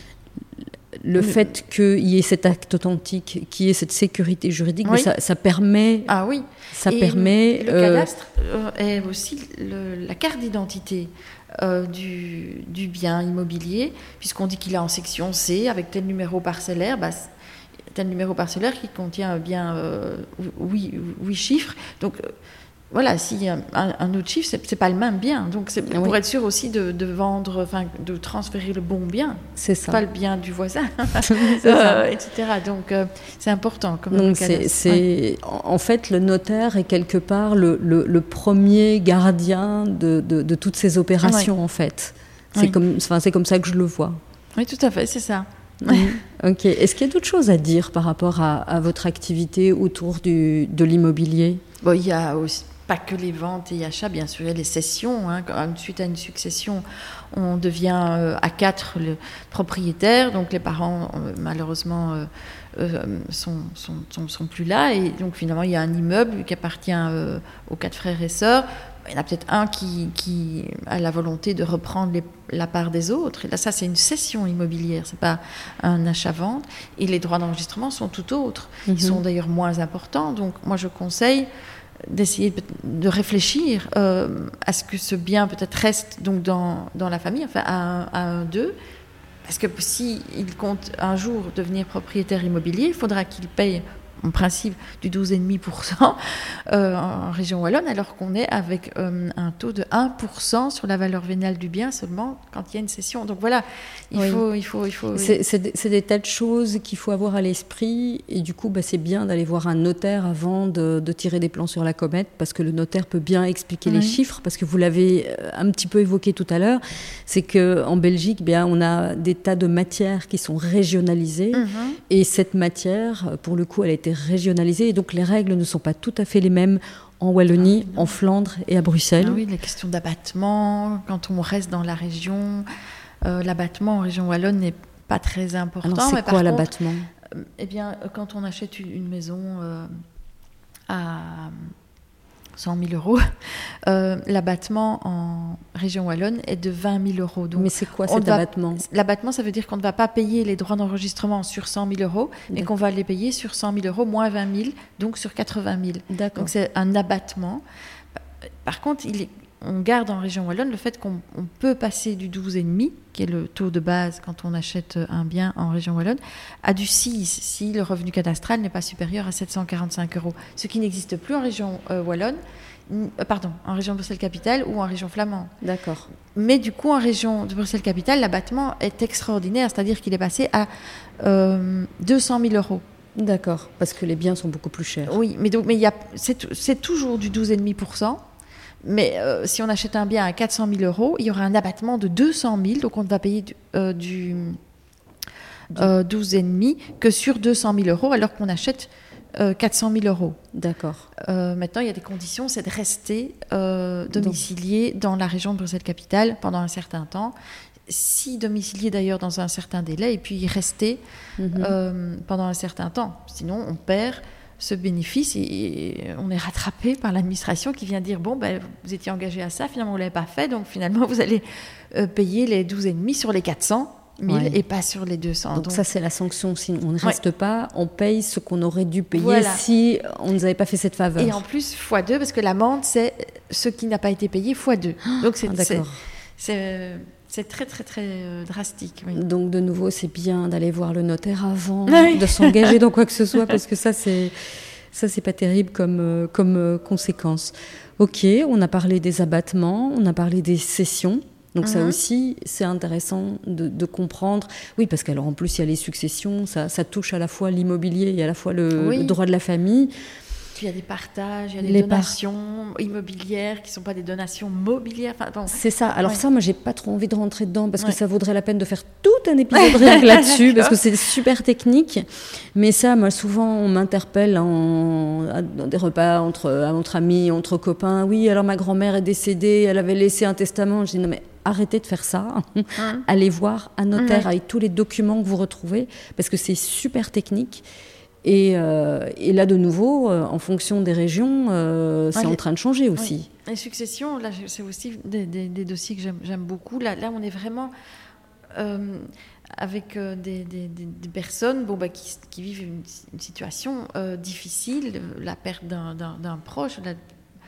Le fait qu'il y ait cet acte authentique, qu'il y ait cette sécurité juridique, oui. ça, ça permet... Ah oui. Ça et permet... Le, le cadastre euh, est aussi le, la carte d'identité euh, du, du bien immobilier, puisqu'on dit qu'il est en section C, avec tel numéro parcellaire, bah, tu as le numéro parcellaire qui contient bien euh, huit, huit chiffres. Donc, euh, voilà, s'il y a un, un autre chiffre, c'est, c'est pas le même bien. Donc, c'est Oui. pour être sûr aussi de, de vendre, enfin, de transférer le bon bien. C'est ça. Pas le bien du voisin, c'est euh, ça. et cetera. Donc, euh, c'est important. Comme Donc, c'est, c'est ouais. En fait, le notaire est quelque part le, le, le premier gardien de, de, de toutes ces opérations, oui. en fait. C'est, oui. comme, enfin, c'est comme ça que je le vois. Oui, tout à fait, c'est ça. Mmh. Ok. Est-ce qu'il y a d'autres choses à dire par rapport à, à votre activité autour du, de l'immobilier ? Bon, il y a aussi pas que les ventes et achats, bien sûr, il y a les cessions. Hein. Suite à une succession, on devient euh, à quatre le propriétaire. Donc les parents, euh, malheureusement, euh, euh, sont, sont, sont, sont plus là. Et donc finalement, il y a un immeuble qui appartient euh, aux quatre frères et sœurs. Il y en a peut-être un qui, qui a la volonté de reprendre les, la part des autres. Et là, ça, c'est une cession immobilière, c'est pas un achat-vente. Et les droits d'enregistrement sont tout autres. Ils mm-hmm. sont d'ailleurs moins importants. Donc, moi, je conseille d'essayer de réfléchir euh, à ce que ce bien peut-être reste donc dans, dans la famille, enfin à un, à un d'eux. Parce que s'il compte un jour devenir propriétaire immobilier, il faudra qu'il paye en principe du douze virgule cinq pour cent euh, en région wallonne, alors qu'on est avec euh, un taux de un pour cent sur la valeur vénale du bien seulement quand il y a une cession. Donc voilà, il oui. faut... Il faut, il faut c'est, c'est, des, c'est des tas de choses qu'il faut avoir à l'esprit, et du coup, bah, c'est bien d'aller voir un notaire avant de, de tirer des plans sur la comète, parce que le notaire peut bien expliquer oui. les chiffres, parce que vous l'avez un petit peu évoqué tout à l'heure, c'est qu'en Belgique, bien, on a des tas de matières qui sont régionalisées, mm-hmm. et cette matière, pour le coup, elle a été régionalisée, et donc les règles ne sont pas tout à fait les mêmes en Wallonie, ah, en Flandre et à Bruxelles. Ah oui, les questions d'abattement, quand on reste dans la région, euh, l'abattement en région wallonne n'est pas très important. Alors c'est mais quoi par l'abattement ? contre, euh, Eh bien, quand on achète une, une maison euh, à cent mille euros, euh, l'abattement en région wallonne est de vingt mille euros. Donc, mais c'est quoi cet va, abattement ? L'abattement, ça veut dire qu'on ne va pas payer les droits d'enregistrement sur cent mille euros, mais D'accord. qu'on va les payer sur cent mille euros moins vingt mille, donc sur quatre-vingt mille. D'accord. Donc c'est un abattement. Par contre, il est, on garde en région wallonne le fait qu'on on peut passer du douze virgule cinq, qui est le taux de base quand on achète un bien en région wallonne, à du six si le revenu cadastral n'est pas supérieur à sept cent quarante-cinq euros, ce qui n'existe plus en région euh, wallonne, euh, pardon, en région Bruxelles-Capitale ou en région flamande. D'accord. Mais du coup, en région de Bruxelles-Capitale, l'abattement est extraordinaire, c'est-à-dire qu'il est passé à euh, deux cent mille euros. D'accord, parce que les biens sont beaucoup plus chers. Oui, mais, donc, mais y a, c'est, c'est toujours du douze virgule cinq pour cent. Mais euh, si on achète un bien à quatre cent mille euros, il y aura un abattement de deux cent mille, donc on ne va payer du, euh, du euh, douze virgule cinq que sur deux cent mille euros, alors qu'on achète euh, quatre cent mille euros. D'accord. Euh, maintenant, il y a des conditions, c'est de rester euh, domicilié donc. dans la région de Bruxelles-Capitale pendant un certain temps. Si domicilié d'ailleurs dans un certain délai, et puis y rester mm-hmm. euh, pendant un certain temps. Sinon, on perd ce bénéfice et on est rattrapé par l'administration qui vient dire bon ben vous étiez engagé à ça, finalement vous l'avez pas fait, donc finalement vous allez euh, payer les douze virgule cinq sur les quatre cent mille ouais. et pas sur les deux cents. Donc, donc ça c'est la sanction, si on ne reste ouais. pas, on paye ce qu'on aurait dû payer voilà. si on ne nous avait pas fait cette faveur. Et en plus fois deux, parce que l'amende c'est ce qui n'a pas été payé fois deux. Donc c'est, ah, d'accord. c'est, c'est C'est très, très, très euh, drastique. Oui. Donc, de nouveau, c'est bien d'aller voir le notaire avant oui. de s'engager dans quoi que ce soit, parce que ça, c'est, ça, c'est pas terrible comme, euh, comme euh, conséquence. Ok, on a parlé des abattements, on a parlé des cessions. Donc, mm-hmm. ça aussi, c'est intéressant de, de comprendre. Oui, parce qu'alors, en plus, il y a les successions, ça, ça touche à la fois l'immobilier et à la fois le, oui. le droit de la famille. Puis il y a des partages, il y a des les donations par... immobilières qui ne sont pas des donations mobilières. Enfin, bon. C'est ça. Alors ouais. ça, moi, je n'ai pas trop envie de rentrer dedans parce ouais. que ça vaudrait la peine de faire tout un épisode rien que là-dessus parce que c'est super technique. Mais ça, moi, souvent, on m'interpelle en... dans des repas entre, entre amis, entre copains. Oui, alors ma grand-mère est décédée, elle avait laissé un testament. Je dis non, mais arrêtez de faire ça. Hum. Allez voir un notaire hum. avec tous les documents que vous retrouvez parce que c'est super technique. Et, euh, et là, de nouveau, euh, en fonction des régions, euh, c'est ouais, en train de changer aussi. Oui. Les successions, là, c'est aussi des, des, des dossiers que j'aime, j'aime beaucoup. Là, là, on est vraiment euh, avec euh, des, des, des personnes bon, bah, qui, qui vivent une, une situation euh, difficile, la perte d'un, d'un, d'un proche, la,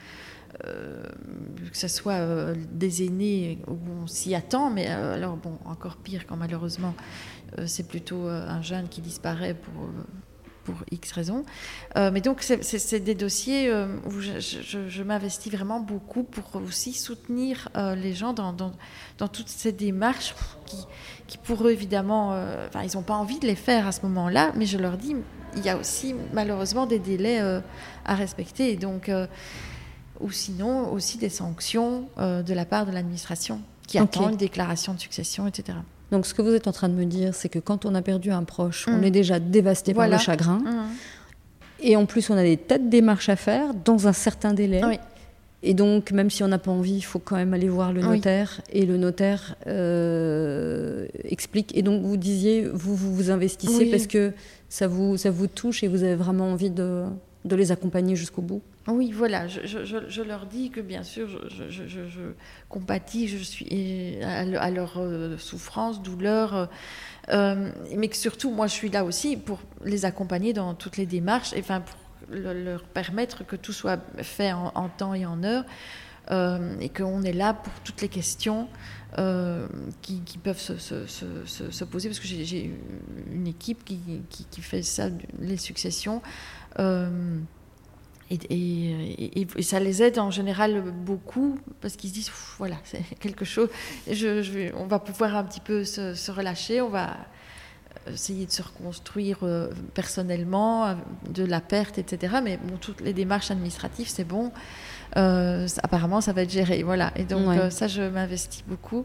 euh, que ce soit euh, des aînés où on s'y attend, mais euh, alors, bon, encore pire quand malheureusement, euh, c'est plutôt euh, un jeune qui disparaît pour... Euh, pour X raisons. Euh, mais donc, c'est, c'est, c'est des dossiers euh, où je, je, je m'investis vraiment beaucoup pour aussi soutenir euh, les gens dans, dans, dans toutes ces démarches qui, qui pour eux, évidemment, euh, enfin, ils n'ont pas envie de les faire à ce moment-là, mais je leur dis, il y a aussi, malheureusement, des délais euh, à respecter. Et donc, euh, ou sinon, aussi des sanctions euh, de la part de l'administration qui Okay. attend une déclaration de succession, et cetera. Donc, ce que vous êtes en train de me dire, c'est que quand on a perdu un proche, mmh. on est déjà dévasté voilà. par le chagrin. Mmh. Et en plus, on a des tas de démarches à faire dans un certain délai. Oui. Et donc, même si on n'a pas envie, il faut quand même aller voir le notaire. Oui. Et le notaire euh, explique. Et donc, vous disiez, vous vous, vous investissez oui. parce que ça vous, ça vous touche et vous avez vraiment envie de, de les accompagner jusqu'au bout. Oui, voilà, je, je, je leur dis que bien sûr, je, je, je, je compatis, je suis à, à leur euh, souffrance, douleur, euh, mais que surtout, moi, je suis là aussi pour les accompagner dans toutes les démarches, et enfin, pour le, leur permettre que tout soit fait en, en temps et en heure, euh, et qu'on est là pour toutes les questions euh, qui, qui peuvent se, se, se, se poser, parce que j'ai, j'ai une équipe qui, qui, qui fait ça, les successions. Euh, Et, et, et, et ça les aide en général beaucoup parce qu'ils se disent voilà, c'est quelque chose, je, je vais, on va pouvoir un petit peu se, se relâcher, on va essayer de se reconstruire euh, personnellement de la perte, et cetera. Mais bon, toutes les démarches administratives, c'est bon, euh, ça, apparemment ça va être géré, voilà. Et donc ouais. euh, ça, je m'investis beaucoup.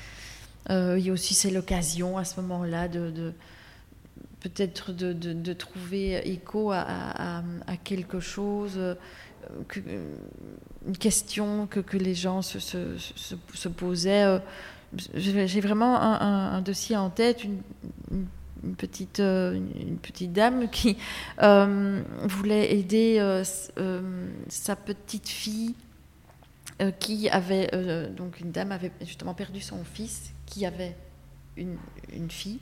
Euh, il y a aussi, c'est l'occasion à ce moment-là de, de peut-être de, de, de trouver écho à, à, à quelque chose, que, une question que, que les gens se, se, se, se posaient. J'ai vraiment un, un, un dossier en tête, une, une, petite, une petite dame qui euh, voulait aider euh, euh, sa petite fille euh, qui avait, euh, donc une dame avait justement perdu son fils, qui avait une, une fille.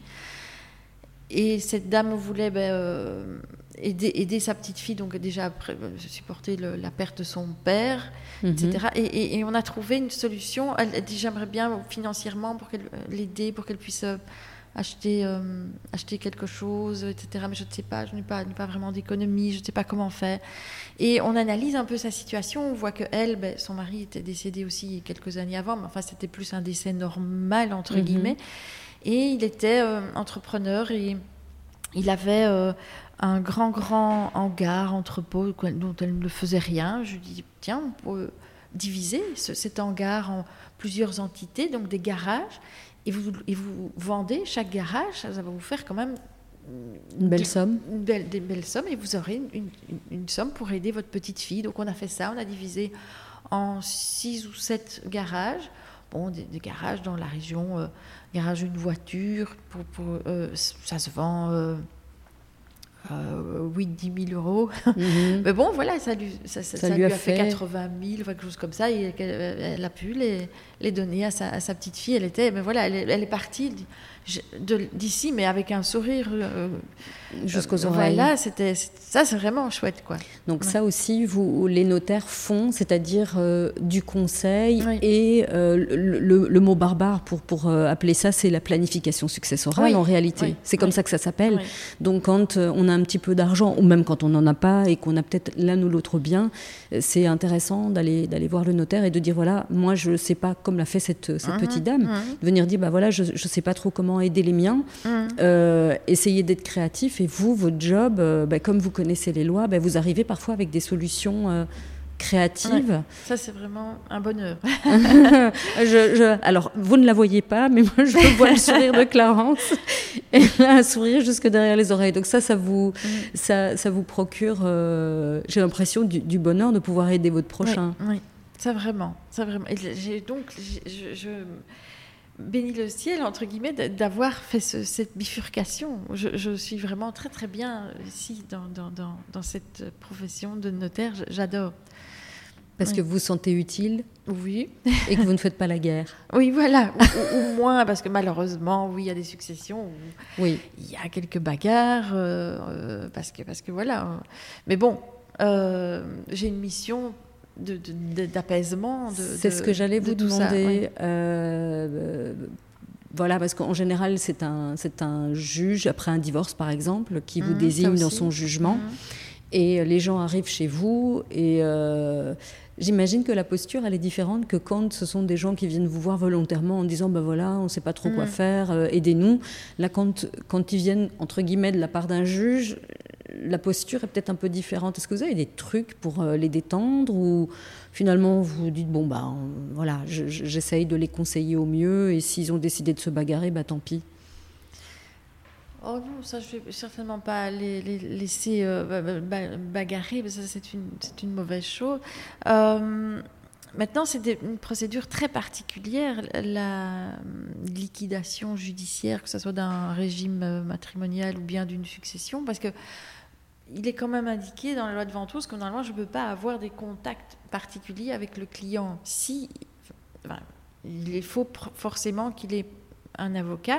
Et cette dame voulait ben, euh, aider, aider sa petite fille, donc déjà après, euh, supporter le, la perte de son père, mm-hmm. et cetera. Et, et, et on a trouvé une solution. Elle, elle dit j'aimerais bien financièrement pour qu'elle, l'aider, pour qu'elle puisse euh, acheter, euh, acheter quelque chose, et cetera. Mais je ne sais pas, je n'ai pas, je n'ai pas vraiment d'économie, je ne sais pas comment faire. Et on analyse un peu sa situation. On voit que elle, ben, son mari était décédé aussi quelques années avant, mais enfin c'était plus un décès normal entre mm-hmm. guillemets. Et il était euh, entrepreneur et il avait euh, un grand, grand hangar, entrepôt dont elle ne faisait rien. Je lui dis, tiens, on peut diviser ce, cet hangar en plusieurs entités, donc des garages, et vous, et vous vendez chaque garage, ça va vous faire quand même une belle des, somme. Une belle, des belles sommes, et vous aurez une, une, une somme pour aider votre petite fille. Donc on a fait ça, on a divisé en six ou sept garages. Bon, des, des garages dans la région, euh, garage d'une voiture, pour, pour, euh, ça se vend euh, euh, huit à dix mille euros. Mm-hmm. Mais bon, voilà, ça lui, ça, ça, ça ça lui a, a fait quatre-vingt mille, quelque chose comme ça, et elle, elle a pu les, les donner à sa, à sa petite fille. Elle était, mais voilà, elle, elle est partie de, d'ici, mais avec un sourire euh, jusqu'aux euh, oreilles. Voilà, c'était, ça, c'est vraiment chouette, quoi. Donc ouais. ça aussi, vous, les notaires font, c'est-à-dire euh, du conseil oui. et euh, le, le, le mot barbare pour, pour euh, appeler ça, c'est la planification successorale oui. en réalité. Oui. C'est comme oui. ça que ça s'appelle. Oui. Donc quand euh, on a un petit peu d'argent, ou même quand on n'en a pas et qu'on a peut-être l'un ou l'autre bien, c'est intéressant d'aller, d'aller voir le notaire et de dire, voilà, moi je ne sais pas, comme l'a fait cette, cette mmh, petite dame, mmh. de venir dire, bah voilà, je ne sais pas trop comment aider les miens, mmh. euh, essayez d'être créatif, et vous, votre job, euh, bah, comme vous connaissez les lois, bah, vous arrivez parfois avec des solutions euh, créatives. Ouais, ça, c'est vraiment un bonheur. je, je, alors, vous ne la voyez pas, mais moi, je vois le sourire de Clarence, et là, un sourire jusque derrière les oreilles. Donc ça, ça vous, mmh. ça, ça vous procure, euh, j'ai l'impression, du, du bonheur de pouvoir aider votre prochain. Oui, oui. Ça vraiment, ça vraiment. Et j'ai donc, j'ai, je, je bénis le ciel, entre guillemets, d'avoir fait ce, cette bifurcation. Je, je suis vraiment très très bien ici dans, dans, dans, dans cette profession de notaire. J'adore. Parce oui. que vous vous sentez utile. Oui. Et que vous ne faites pas la guerre. Oui, voilà. ou, ou moins, parce que malheureusement, oui, il y a des successions où oui. il y a quelques bagarres, euh, parce que, parce que voilà. Mais bon, euh, j'ai une mission de, de, de, d'apaisement. De, C'est de, ce que j'allais vous demander. Ça, ouais. euh, voilà, parce qu'en général, c'est un, c'est un juge, après un divorce par exemple, qui vous Mmh, désigne dans son jugement. Mmh. Et les gens arrivent chez vous et euh, j'imagine que la posture, elle est différente que quand ce sont des gens qui viennent vous voir volontairement en disant ben voilà, on ne sait pas trop mmh. quoi faire, euh, aidez-nous. Là, quand, quand ils viennent, entre guillemets, de la part d'un juge, la posture est peut-être un peu différente. Est-ce que vous avez des trucs pour euh, les détendre ou finalement vous dites bon ben voilà, je, je, j'essaye de les conseiller au mieux et s'ils ont décidé de se bagarrer, ben tant pis. Oh non, ça je vais certainement pas les, les laisser euh, bagarrer, parce que ça c'est une, c'est une mauvaise chose. Euh, maintenant, c'est des, une procédure très particulière, la liquidation judiciaire, que ce soit d'un régime matrimonial ou bien d'une succession, parce que il est quand même indiqué dans la loi de Ventose que normalement je ne peux pas avoir des contacts particuliers avec le client. Si, enfin, il faut forcément qu'il ait un avocat.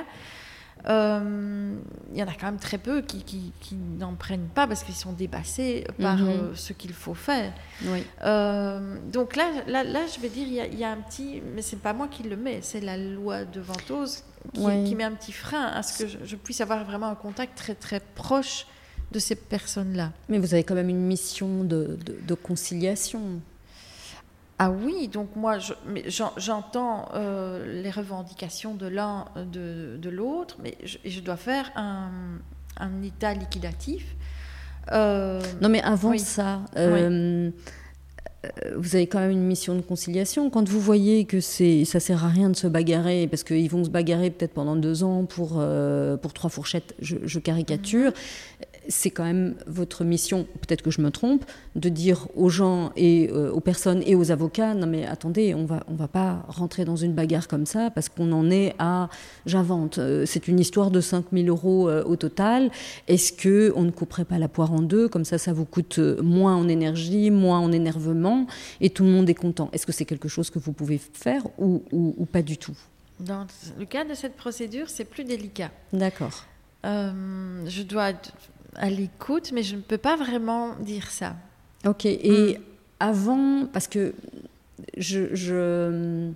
Euh, il y en a quand même très peu qui, qui, qui n'en prennent pas parce qu'ils sont dépassés par mmh. euh, ce qu'il faut faire. Oui. Euh, donc là, là, là, je vais dire, il y, a, il y a un petit... Mais ce n'est pas moi qui le mets, c'est la loi de Ventose qui, oui. qui met un petit frein à ce que je, je puisse avoir vraiment un contact très, très proche de ces personnes-là. Mais vous avez quand même une mission de, de, de conciliation. Ah oui, donc moi, je, mais j'en, j'entends euh, les revendications de l'un, de, de l'autre, mais je, je dois faire un, un état liquidatif. Euh, non, mais avant oui. ça, euh, oui. vous avez quand même une mission de conciliation. Quand vous voyez que c'est, ça ne sert à rien de se bagarrer, parce qu'ils vont se bagarrer peut-être pendant deux ans pour, euh, pour trois fourchettes, je, je caricature, mm-hmm. c'est quand même votre mission, peut-être que je me trompe, de dire aux gens et euh, aux personnes et aux avocats, non mais attendez, on va, on va pas rentrer dans une bagarre comme ça parce qu'on en est à, j'invente, euh, c'est une histoire de cinq mille euros euh, au total. Est-ce qu'on ne couperait pas la poire en deux, comme ça, ça vous coûte moins en énergie, moins en énervement et tout le monde est content. Est-ce que c'est quelque chose que vous pouvez faire ou, ou, ou pas du tout ? Dans le cas de cette procédure, c'est plus délicat. D'accord. Euh, je dois... à l'écoute, mais je ne peux pas vraiment dire ça. Ok, et mmh. avant, parce que je, je...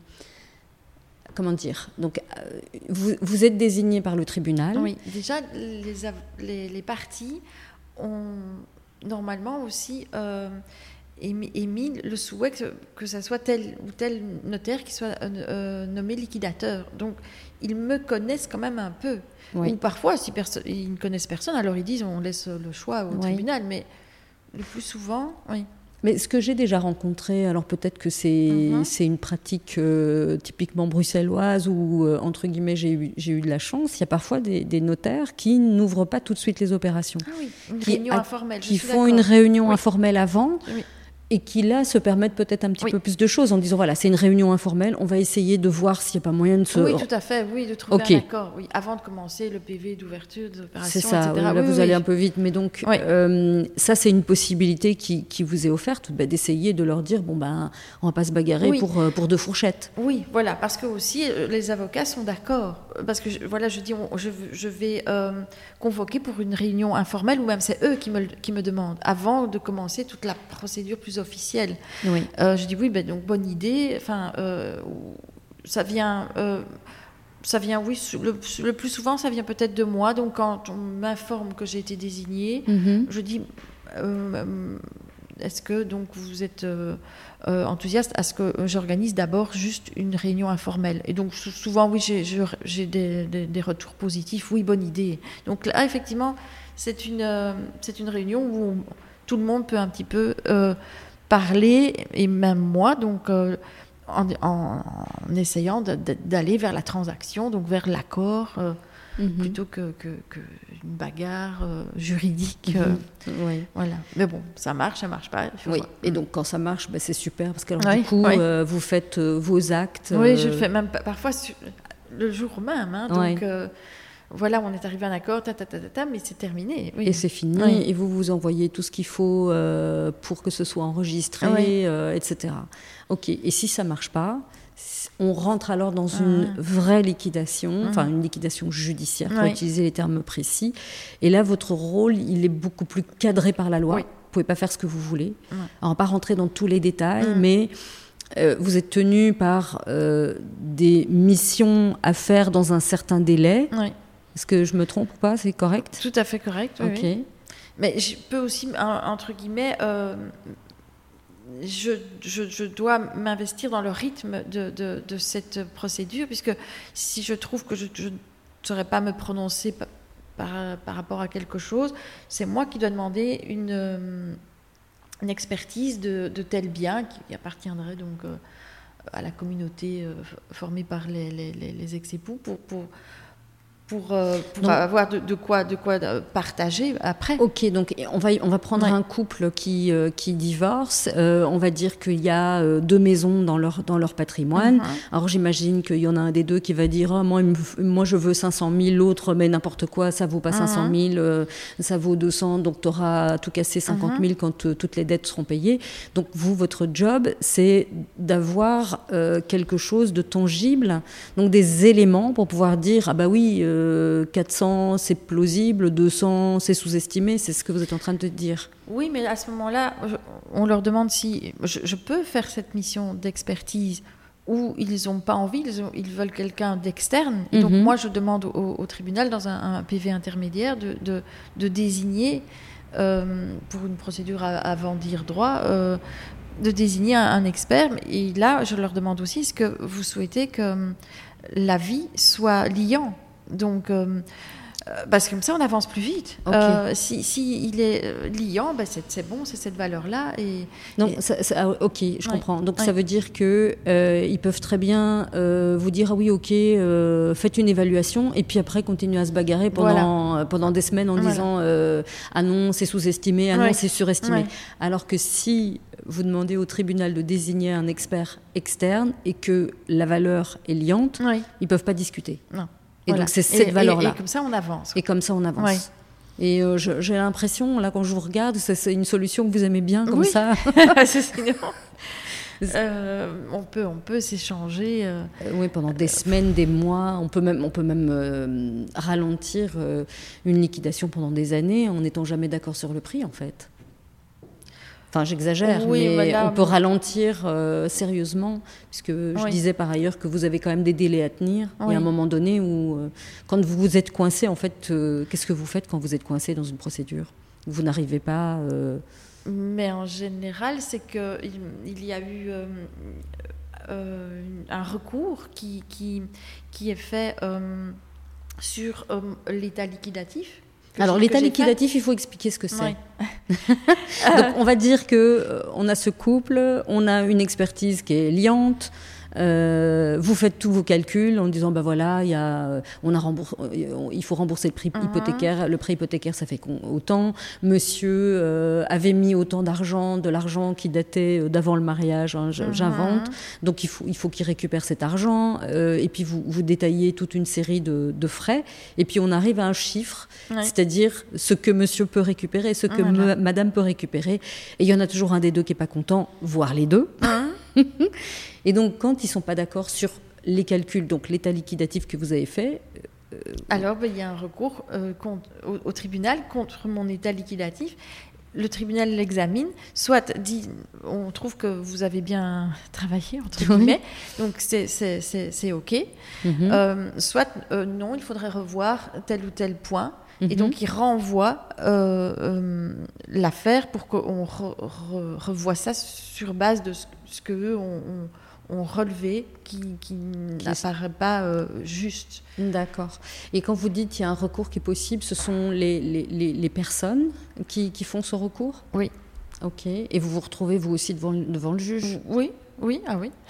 Comment dire ? Donc, vous, vous êtes désigné par le tribunal. Oui, déjà, les, les, les parties ont normalement aussi euh, émis, émis le souhait que, que ça soit tel ou tel notaire qui soit euh, nommé liquidateur. Donc, ils me connaissent quand même un peu. Oui. Ou parfois, si perso- ils ne connaissent personne, alors ils disent on laisse le choix au oui. tribunal. Mais le plus souvent, oui. Mais ce que j'ai déjà rencontré, alors peut-être que c'est, mm-hmm. c'est une pratique euh, typiquement bruxelloise où, euh, entre guillemets, j'ai eu, j'ai eu de la chance. Il y a parfois des, des notaires qui n'ouvrent pas tout de suite les opérations. Ah oui, une qui, réunion a, informelle. Qui font d'accord. une réunion oui. informelle avant. Oui. Et qui, là, se permettent peut-être un petit oui. peu plus de choses en disant, voilà, c'est une réunion informelle, on va essayer de voir s'il n'y a pas moyen de se... Oui, tout à fait, oui, de trouver okay. un accord, oui, avant de commencer le P V d'ouverture des opérations, c'est ça, et cetera. Oui, là, oui, vous oui, allez oui. un peu vite, mais donc, oui. euh, ça, c'est une possibilité qui, qui vous est offerte, bah, d'essayer de leur dire, bon, ben, on ne va pas se bagarrer oui. pour, pour deux fourchettes. Oui, voilà, parce que aussi, les avocats sont d'accord, parce que, je, voilà, je dis, on, je, je vais euh, convoquer pour une réunion informelle, ou même c'est eux qui me, qui me demandent, avant de commencer toute la procédure plus officielle. Oui. Euh, je dis oui, ben donc bonne idée. Enfin, euh, ça vient, euh, ça vient, oui, le, le plus souvent, ça vient peut-être de moi. Donc, quand on m'informe que j'ai été désignée, mm-hmm. je dis, euh, est-ce que donc vous êtes euh, euh, enthousiaste à ce que j'organise d'abord juste une réunion informelle. Et donc souvent, oui, j'ai, j'ai des, des, des retours positifs. Oui, bonne idée. Donc là, effectivement, c'est une, euh, c'est une réunion où on, tout le monde peut un petit peu euh, parler, et même moi, donc euh, en, en, en essayant de, de, d'aller vers la transaction, donc vers l'accord, euh, mm-hmm. plutôt que, que, que une bagarre euh, juridique. Euh, mm-hmm. oui. Voilà. Mais bon, ça marche, ça marche pas. Oui. Voir. Et donc quand ça marche, bah, c'est super parce que alors, oui, du coup, oui. euh, vous faites euh, vos actes. Oui, euh... je le fais même parfois le jour même. Hein, donc. Oui. Euh, Voilà, on est arrivé à un accord, ta, ta, ta, ta, ta, mais c'est terminé. Oui. Et c'est fini, oui. Et vous vous envoyez tout ce qu'il faut euh, pour que ce soit enregistré, oui. euh, et cetera. Ok, et si ça ne marche pas, on rentre alors dans ah. une vraie liquidation, enfin mmh. une liquidation judiciaire, pour oui. utiliser les termes précis. Et là, votre rôle, il est beaucoup plus cadré par la loi. Oui. Vous ne pouvez pas faire ce que vous voulez. Oui. Alors, on ne va pas rentrer dans tous les détails, mmh. mais... euh, vous êtes tenu par euh, des missions à faire dans un certain délai. Oui. Est-ce que je me trompe ou pas? C'est correct? Tout à fait correct, oui. Ok. Oui. Mais je peux aussi, entre guillemets, euh, je, je, je dois m'investir dans le rythme de, de, de cette procédure, puisque si je trouve que je ne saurais pas me prononcer par, par, par rapport à quelque chose, c'est moi qui dois demander une, une expertise de, de tel bien qui appartiendrait donc euh, à la communauté euh, formée par les, les, les, les ex-époux pour... pour pour, euh, pour donc, avoir de, de quoi, de quoi partager après. Ok, donc on va, on va prendre ouais. un couple qui, euh, qui divorce. Euh, on va dire qu'il y a euh, deux maisons dans leur, dans leur patrimoine. Mm-hmm. Alors j'imagine qu'il y en a un des deux qui va dire oh, moi, moi je veux cinq cent mille, l'autre mais n'importe quoi, ça vaut pas mm-hmm. cinq cent mille, euh, ça vaut deux cents, donc tu auras tout cassé cinquante mille mm-hmm. quand euh, toutes les dettes seront payées. Donc vous, votre job, c'est d'avoir euh, quelque chose de tangible, donc des éléments pour pouvoir dire ah bah oui, euh, quatre cents c'est plausible, deux cents c'est sous-estimé, c'est ce que vous êtes en train de dire. Oui, mais à ce moment-là, on leur demande si je, je peux faire cette mission d'expertise ou ils n'ont pas envie, ils, ont, ils veulent quelqu'un d'externe. Et mm-hmm. donc moi, je demande au, au tribunal, dans un, un P V intermédiaire, de, de, de désigner, euh, pour une procédure avant dire droit, euh, de désigner un, un expert. Et là, je leur demande aussi, est-ce que vous souhaitez que l'avis soit liant ? Donc, euh, parce que comme ça, on avance plus vite. Okay. Euh, si, si il est liant, ben c'est, c'est bon, c'est cette valeur-là. Et, Donc, et... Ça, ça, ok, je ouais. comprends. Donc, ouais. ça veut dire qu'ils euh, peuvent très bien euh, vous dire, ah oui, ok, euh, faites une évaluation, et puis après, continuez à se bagarrer pendant, voilà. pendant des semaines en voilà. disant, euh, ah non, c'est sous-estimé, ah ouais. non, c'est surestimé. Ouais. Alors que si vous demandez au tribunal de désigner un expert externe et que la valeur est liante, ouais. ils ne peuvent pas discuter. Non. Et voilà. Donc, c'est cette et, valeur-là. Et, et comme ça, on avance. Et comme ça, on avance. Ouais. Et euh, je, j'ai l'impression, là, quand je vous regarde, c'est, c'est une solution que vous aimez bien, comme oui. ça. c'est euh, on peut, on peut s'échanger. Euh, euh, oui, pendant des euh, semaines, des mois. On peut même, on peut même euh, ralentir euh, une liquidation pendant des années en n'étant jamais d'accord sur le prix, en fait. Enfin, j'exagère, oui, mais voilà, on peut mais... ralentir euh, sérieusement, puisque je oui. disais par ailleurs que vous avez quand même des délais à tenir. Oui. Il y a un moment donné où, euh, quand vous êtes coincé, en fait, euh, qu'est-ce que vous faites quand vous êtes coincé dans une procédure ? Vous n'arrivez pas... Euh... Mais en général, c'est qu'il il y a eu euh, euh, un recours qui, qui, qui est fait euh, sur euh, l'état liquidatif. Alors, l'état liquidatif, il faut expliquer ce que c'est. Oui. Donc, on va dire qu'on euh, a ce couple, on a une expertise qui est liante, euh, vous faites tous vos calculs en disant, ben voilà, y a, on a remboursé, il faut rembourser le prix uh-huh. hypothécaire, le prêt hypothécaire, ça fait autant. Monsieur euh, avait mis autant d'argent, de l'argent qui datait d'avant le mariage, hein, uh-huh. j'invente, donc il faut, il faut qu'il récupère cet argent, euh, et puis vous, vous détaillez toute une série de, de frais, et puis on arrive à un chiffre, oui. c'est-à-dire ce que monsieur peut récupérer, ce que voilà. m- madame peut récupérer, et il y en a toujours un des deux qui n'est pas content, voire les deux. Uh-huh. Et donc, quand ils ne sont pas d'accord sur les calculs, donc l'état liquidatif que vous avez fait... Euh, Alors, ben, il y a un recours euh, contre, au, au tribunal contre mon état liquidatif. Le tribunal l'examine, soit dit, on trouve que vous avez bien travaillé, entre guillemets, oui. donc c'est, c'est, c'est, c'est OK. Mm-hmm. Euh, soit euh, non, il faudrait revoir tel ou tel point. Mm-hmm. Et donc, il renvoie euh, euh, l'affaire pour qu'on re, re, revoie ça sur base de ce, ce qu'eux ont, ont, ont relevé, qui, qui n'apparaît pas euh, juste. D'accord. Et quand vous dites qu'il y a un recours qui est possible, ce sont les, les, les, les personnes qui, qui font ce recours ? Oui. OK. Et vous vous retrouvez, vous aussi, devant, devant le juge ? Oui, oui, ah oui.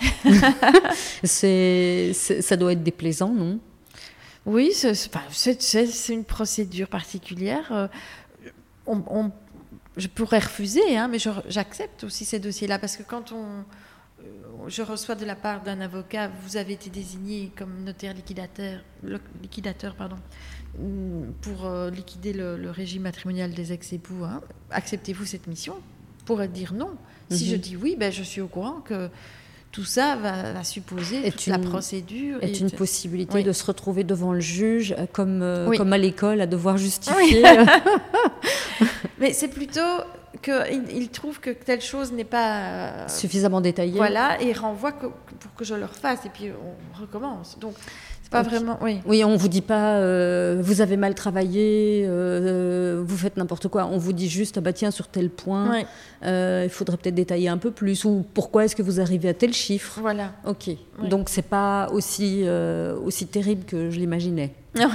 c'est, c'est, ça doit être déplaisant, non ? Oui, c'est, c'est, c'est, c'est une procédure particulière. Euh, on, on, je pourrais refuser, hein, mais je, j'accepte aussi ces dossiers-là, parce que quand on, euh, je reçois de la part d'un avocat, vous avez été désigné comme notaire liquidateur, le, liquidateur pardon, pour euh, liquider le, le régime matrimonial des ex-époux, hein, acceptez-vous cette mission ? Pourrait dire non. Mm-hmm. Si je dis oui, ben, je suis au courant que tout ça va, va supposer est toute une, la procédure. Est et une possibilité oui. de se retrouver devant le juge, comme, euh, oui. comme à l'école, à devoir justifier. Oui. Mais c'est plutôt qu'il il trouve que telle chose n'est pas... Euh, suffisamment détaillée. Voilà, et renvoie que, pour que je le refasse, et puis on recommence. Donc, c'est pas okay. vraiment... Oui, oui on ne vous dit pas, euh, vous avez mal travaillé, euh, vous faites n'importe quoi. On vous dit juste, ah bah tiens, sur tel point, oui. euh, il faudrait peut-être détailler un peu plus, ou pourquoi est-ce que vous arrivez à tel chiffre. Voilà. Ok, oui. donc c'est pas aussi, euh, aussi terrible que je l'imaginais.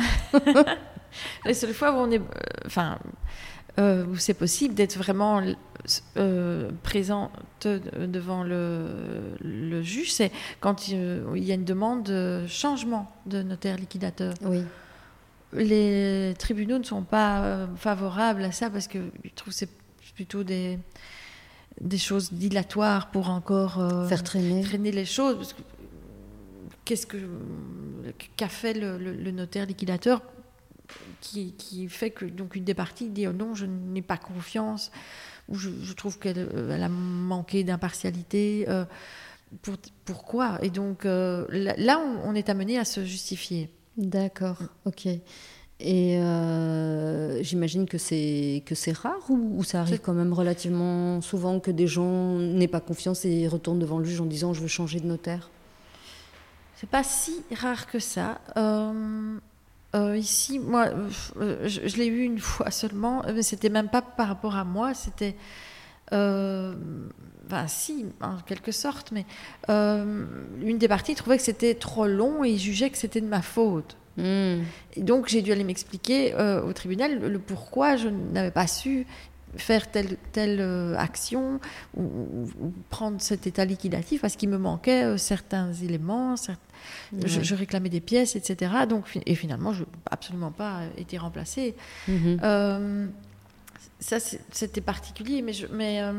Les seules fois où on est... Enfin... Euh, Euh, où c'est possible d'être vraiment euh, présente devant le, le juge, c'est quand euh, il y a une demande de changement de notaire liquidateur. Oui. Les tribunaux ne sont pas euh, favorables à ça parce qu'ils trouvent que c'est plutôt des, des choses dilatoires pour encore euh, faire traîner. traîner les choses. Parce que, qu'est-ce que, qu'a fait le, le, le notaire liquidateur Qui, qui fait que donc une des parties dit oh non, je n'ai pas confiance, ou je, je trouve qu'elle elle a manqué d'impartialité. Euh, pour, pourquoi Et donc euh, là, on, on est amené à se justifier. D'accord, ok. Et euh, j'imagine que c'est, que c'est rare ou, ou ça arrive c'est... quand même relativement souvent que des gens n'aient pas confiance et retournent devant le juge en disant je veux changer de notaire. C'est pas si rare que ça. Euh... Euh, ici, moi, euh, je, je l'ai eu une fois seulement, mais c'était même pas par rapport à moi, c'était, euh, ben si, en quelque sorte, mais euh, une des parties trouvait que c'était trop long et jugeait que c'était de ma faute. Mmh. Et donc j'ai dû aller m'expliquer euh, au tribunal le, le pourquoi je n'avais pas su faire telle, telle euh, action ou, ou, ou prendre cet état liquidatif parce qu'il me manquait euh, certains éléments, certains, ouais. je, je réclamais des pièces, et cetera. Donc, et finalement, je n'ai absolument pas été remplacée. Mm-hmm. Euh, ça, c'est, c'était particulier, mais, je, mais euh,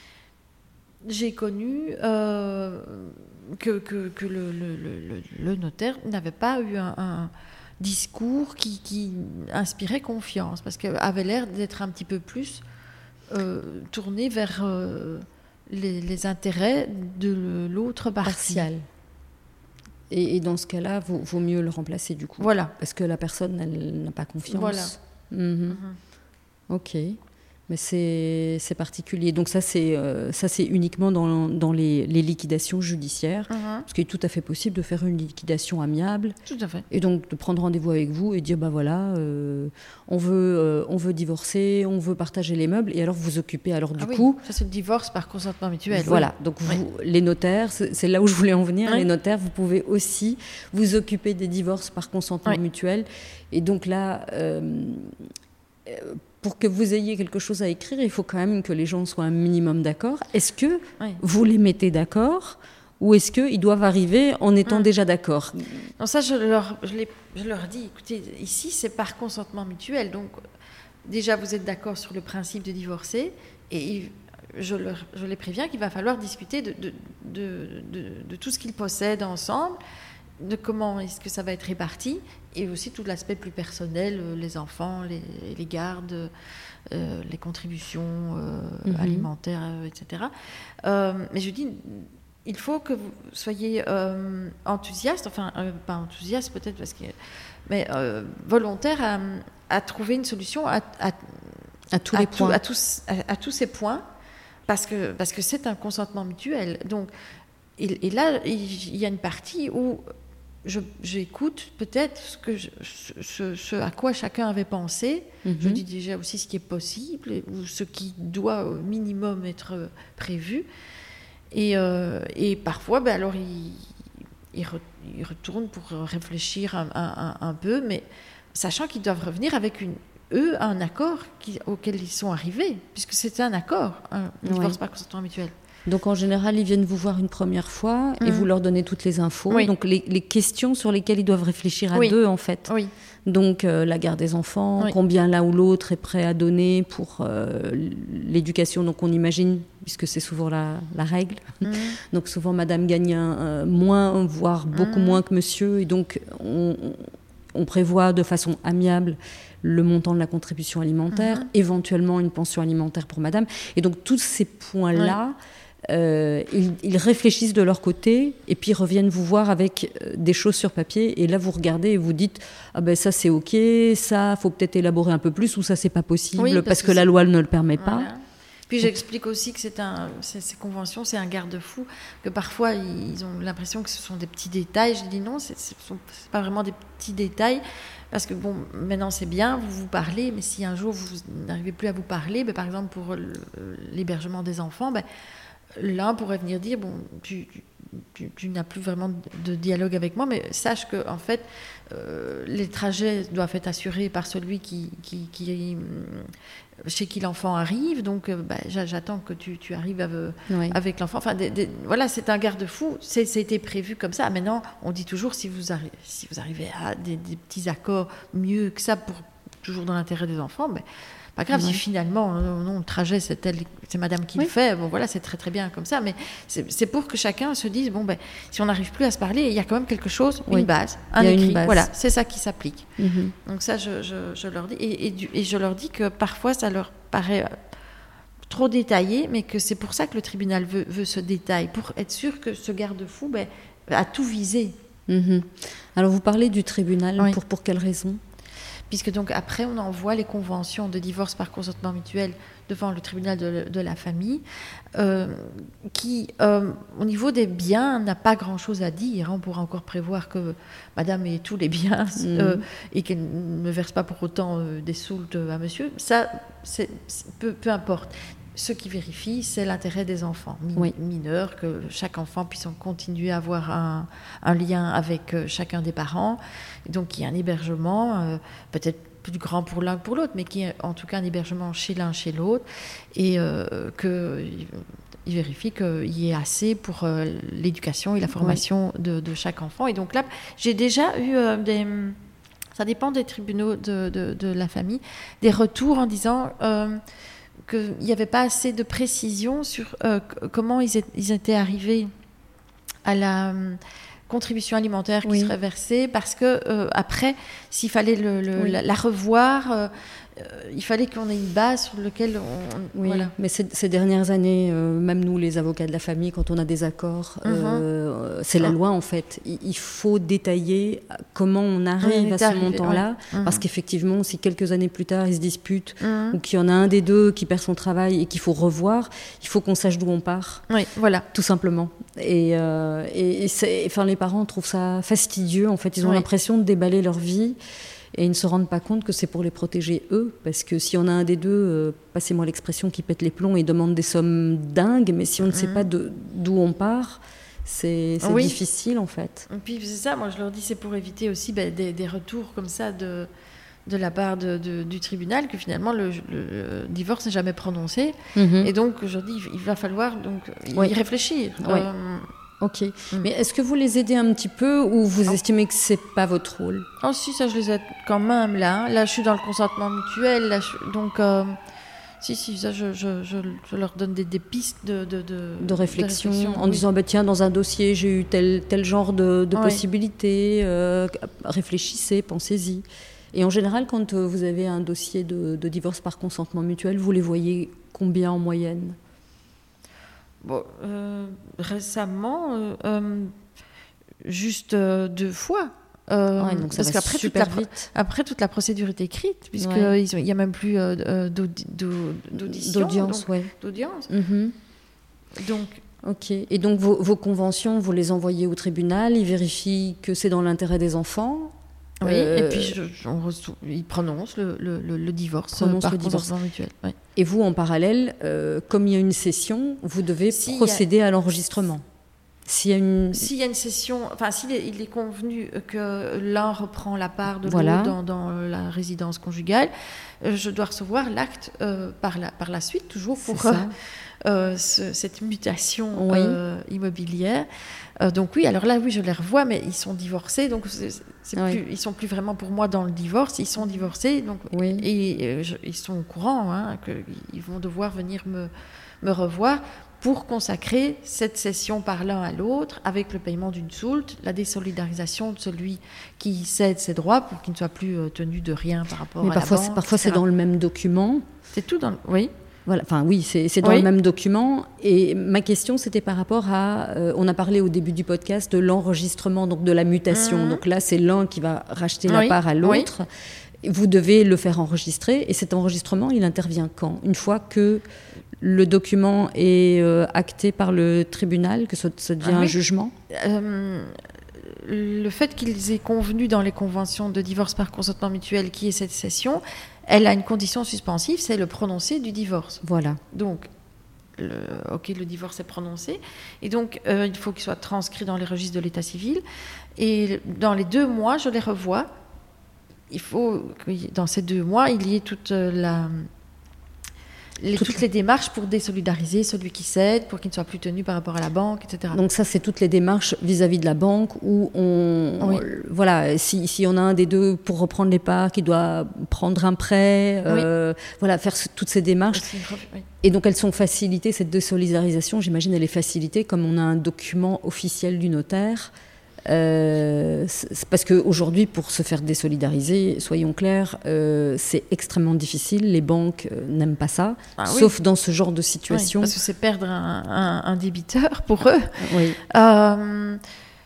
j'ai connu euh, que, que, que le, le, le, le notaire n'avait pas eu un... un discours qui, qui inspirait confiance parce qu'il avait l'air d'être un petit peu plus euh, tourné vers euh, les, les intérêts de l'autre partie. Partial. Et, et dans ce cas-là, vaut, vaut mieux le remplacer du coup. Voilà. Parce que la personne, elle n'a pas confiance. Voilà. Mm-hmm. Mm-hmm. Ok. Mais c'est, c'est particulier. Donc ça, c'est, euh, ça, c'est uniquement dans, dans les, les liquidations judiciaires. Uh-huh. Parce qu'il est tout à fait possible de faire une liquidation amiable. Tout à fait. Et donc de prendre rendez-vous avec vous et dire, bah voilà, euh, on, veut, euh, on veut divorcer, on veut partager les meubles. Et alors vous occupez. Alors du ah oui, coup... ça, c'est le divorce par consentement mutuel. Voilà. Oui. Donc vous, oui. les notaires, c'est, c'est là où je voulais en venir. Oui. Les notaires, vous pouvez aussi vous occuper des divorces par consentement oui. mutuel. Et donc là... Euh, euh, pour que vous ayez quelque chose à écrire, il faut quand même que les gens soient un minimum d'accord. Est-ce que oui. vous les mettez d'accord ou est-ce qu'ils doivent arriver en étant mmh. déjà d'accord ? Non, ça, je leur, je, les, je leur dis, écoutez, ici, c'est par consentement mutuel. Donc, déjà, vous êtes d'accord sur le principe de divorcer et je, leur, je les préviens qu'il va falloir discuter de, de, de, de, de tout ce qu'ils possèdent ensemble, de comment est-ce que ça va être réparti, et aussi tout l'aspect plus personnel, les enfants, les, les gardes, euh, les contributions euh, mm-hmm. alimentaires, euh, et cetera. Euh, mais je dis, il faut que vous soyez euh, enthousiaste, enfin, euh, pas enthousiaste peut-être, parce que, mais euh, volontaire à, à trouver une solution à, à, à tous à les tout, points. À tous, à, à tous ces points, parce que, parce que c'est un consentement mutuel. Donc, et, et là, il y a une partie où Je, j'écoute peut-être ce, que je, ce, ce à quoi chacun avait pensé. Mm-hmm. Je dis déjà aussi ce qui est possible et, ou ce qui doit au minimum être prévu. Et, euh, et parfois, ben alors, ils, ils, re, ils retournent pour réfléchir un, un, un, un peu, mais sachant qu'ils doivent revenir avec une, eux un accord qui, auquel ils sont arrivés, puisque c'était un accord, un divorce ouais. par consentement mutuel. Donc, en général, ils viennent vous voir une première fois et mmh. vous leur donnez toutes les infos. Oui. Donc, les, les questions sur lesquelles ils doivent réfléchir à oui. deux, en fait. Oui. Donc, euh, la garde des enfants, oui. combien l'un ou l'autre est prêt à donner pour euh, l'éducation. Donc, on imagine, puisque c'est souvent la, la règle. Mmh. Donc, souvent, madame gagne euh, moins, voire beaucoup mmh. moins que monsieur. Et donc, on, on prévoit de façon amiable le montant de la contribution alimentaire, mmh. éventuellement une pension alimentaire pour madame. Et donc, tous ces points-là... Oui. Euh, ils, ils réfléchissent de leur côté et puis ils reviennent vous voir avec euh, des choses sur papier et là vous regardez et vous dites ah ben ça c'est ok, ça faut peut-être élaborer un peu plus ou ça c'est pas possible oui, parce, parce que, que la loi ne le permet voilà. pas. Puis j'explique aussi que c'est un, c'est, ces conventions, c'est un garde-fou, que parfois ils ont l'impression que ce sont des petits détails. Je dis non, ce n'est pas vraiment des petits détails, parce que bon, maintenant c'est bien, vous vous parlez, mais si un jour vous n'arrivez plus à vous parler, ben, par exemple pour l'hébergement des enfants, ben, l'un pourrait venir dire, bon, tu, tu, tu n'as plus vraiment de dialogue avec moi, mais sache que en fait, euh, les trajets doivent être assurés par celui qui, qui, qui chez qui l'enfant arrive, donc euh, bah, j'attends que tu, tu arrives avec, oui. avec l'enfant. Enfin, des, des, voilà, c'est un garde-fou. C'est, c'était prévu comme ça. Maintenant, on dit toujours si vous, arri- si vous arrivez à des, des petits accords mieux que ça, pour toujours dans l'intérêt des enfants, mais pas grave, oui. si finalement, non, non, le trajet, c'est, elle, c'est madame qui oui. le fait, bon voilà, c'est très très bien comme ça, mais c'est, c'est pour que chacun se dise, bon ben, si on n'arrive plus à se parler, il y a quand même quelque chose, oui. une base, un il y a écrit, une base. Voilà, c'est ça qui s'applique. Mm-hmm. Donc ça, je, je, je leur dis, et, et, du, et je leur dis que parfois, ça leur paraît euh, trop détaillé, mais que c'est pour ça que le tribunal veut, veut ce détail, pour être sûr que ce garde-fou ben, a tout visé. Mm-hmm. Alors vous parlez du tribunal, oui. pour, pour quelle raison ? Puisque donc après on envoie les conventions de divorce par consentement mutuel devant le tribunal de, de la famille, euh, qui euh, au niveau des biens n'a pas grand chose à dire. On pourra encore prévoir que madame ait tous les biens mmh. euh, et qu'elle ne verse pas pour autant euh, des soultes à monsieur. Ça, c'est, c'est, peu, peu importe. Ce qui vérifie, c'est l'intérêt des enfants min- oui. mineurs, que chaque enfant puisse continuer à avoir un, un lien avec euh, chacun des parents. Et donc, qu'il y ait un hébergement, euh, peut-être plus grand pour l'un que pour l'autre, mais qu'il y ait en tout cas un hébergement chez l'un, chez l'autre, et euh, qu'il vérifie qu'il y ait assez pour euh, l'éducation et la formation oui. de, de chaque enfant. Et donc là, j'ai déjà eu euh, des... Ça dépend des tribunaux de, de, de la famille, des retours en disant... Euh, qu'il n'y avait pas assez de précision sur euh, comment ils, est, ils étaient arrivés à la euh, contribution alimentaire qui oui. serait versée, parce que euh, après, s'il fallait le, le, oui. la, la revoir, euh, euh, il fallait qu'on ait une base sur laquelle on... Oui, voilà. mais ces, ces dernières années, euh, même nous, les avocats de la famille, quand on a des accords, mm-hmm. euh, c'est la loi en fait. Il, il faut détailler comment on arrive on à ce arrivé, montant-là, ouais. mm-hmm. parce qu'effectivement, si quelques années plus tard, ils se disputent, mm-hmm. ou qu'il y en a un des deux qui perd son travail et qu'il faut revoir, il faut qu'on sache d'où on part. Oui, voilà. Tout simplement. Et, euh, et, et c'est, enfin, les parents trouvent ça fastidieux, en fait. Ils ont oui. l'impression de déballer leur vie. Et ils ne se rendent pas compte que c'est pour les protéger eux, parce que si on a un des deux, euh, passez-moi l'expression, qui pète les plombs et demande des sommes dingues, mais si on ne sait mmh. pas de, d'où on part, c'est, c'est oui. difficile en fait. Et puis c'est ça, moi je leur dis, c'est pour éviter aussi bah, des, des retours comme ça de, de la part de, de, du tribunal, que finalement le, le, le divorce n'est jamais prononcé. Mmh. Et donc je leur dis, il va falloir donc, oui. y réfléchir. Oui. Euh, Ok, mmh. mais est-ce que vous les aidez un petit peu ou vous oh. estimez que c'est pas votre rôle ? Oh si, ça je les aide quand même là. Là je suis dans le consentement mutuel, là, je, donc euh, si si ça je, je, je, je leur donne des, des pistes de de, de, de réflexion, de réflexion en oui. disant bah, tiens dans un dossier j'ai eu tel tel genre de, de oui. possibilités, euh, réfléchissez, pensez-y. Et en général quand vous avez un dossier de, de divorce par consentement mutuel, vous les voyez combien en moyenne ? Bon, euh, récemment, euh, euh, juste euh, deux fois. Euh, ouais, donc ça parce va qu'après super toute la, vite. Après, toute la procédure est écrite, puisqu'il ouais. n'y a même plus euh, d'audi- d'audition. D'audience, oui. D'audience. Mm-hmm. Donc... Ok. Et donc, vos, vos conventions, vous les envoyez au tribunal, ils vérifient que c'est dans l'intérêt des enfants ? Oui, euh, et puis je, je, on reçoit, ils prononcent le, le, le, le divorce prononce par le consentement mutuel. Ouais. Et vous, en parallèle, euh, comme il y a une session, vous devez si procéder a... à l'enregistrement. S'il y a une, s'il y a une session, enfin s'il est, il est convenu que l'un reprend la part de voilà. l'autre dans, dans la résidence conjugale, je dois recevoir l'acte euh, par la par la suite, toujours pour euh, euh, ce, cette mutation oui. euh, immobilière. Euh, donc oui, alors là oui, je les revois, mais ils sont divorcés, donc c'est, c'est oui. plus, ils sont plus vraiment pour moi dans le divorce. Ils sont divorcés, donc oui. et, et je, ils sont au courant hein, qu'ils vont devoir venir me me revoir pour consacrer cette cession par l'un à l'autre avec le paiement d'une soulte, la désolidarisation de celui qui cède ses droits pour qu'il ne soit plus tenu de rien par rapport mais à parfois, la banque. Parfois, et cetera. C'est dans le même document. C'est tout dans le... Oui. Voilà, enfin oui, c'est, c'est dans oui. le même document. Et ma question, c'était par rapport à... Euh, on a parlé au début du podcast de l'enregistrement, donc de la mutation. Mmh. Donc là, c'est l'un qui va racheter oui. la part à l'autre. Oui. vous devez le faire enregistrer, et cet enregistrement, il intervient quand ? Une fois que le document est euh, acté par le tribunal, que ça, ça devient ah, oui. un jugement ? euh, Le fait qu'ils aient convenu dans les conventions de divorce par consentement mutuel qui est cette cession, elle a une condition suspensive, c'est le prononcé du divorce. Voilà. Donc, le, ok, le divorce est prononcé, et donc euh, il faut qu'il soit transcrit dans les registres de l'état civil, et dans les deux mois, je les revois. Il faut que dans ces deux mois, il y ait toute la... Les, toutes les démarches pour désolidariser celui qui cède, pour qu'il ne soit plus tenu par rapport à la banque, et cetera. Donc ça, c'est toutes les démarches vis-à-vis de la banque où on, oui. on voilà, si, si on a un des deux pour reprendre les parts, qui doit prendre un prêt, oui. euh, voilà, faire toutes ces démarches. Oui. Et donc elles sont facilitées, cette désolidarisation, j'imagine, elle est facilitée comme on a un document officiel du notaire. Euh, c'est parce qu'aujourd'hui, pour se faire désolidariser, soyons clairs, euh, c'est extrêmement difficile. Les banques euh, n'aiment pas ça, ah, sauf oui. dans ce genre de situation. Oui, parce que c'est perdre un, un, un débiteur pour eux. Oui. Euh,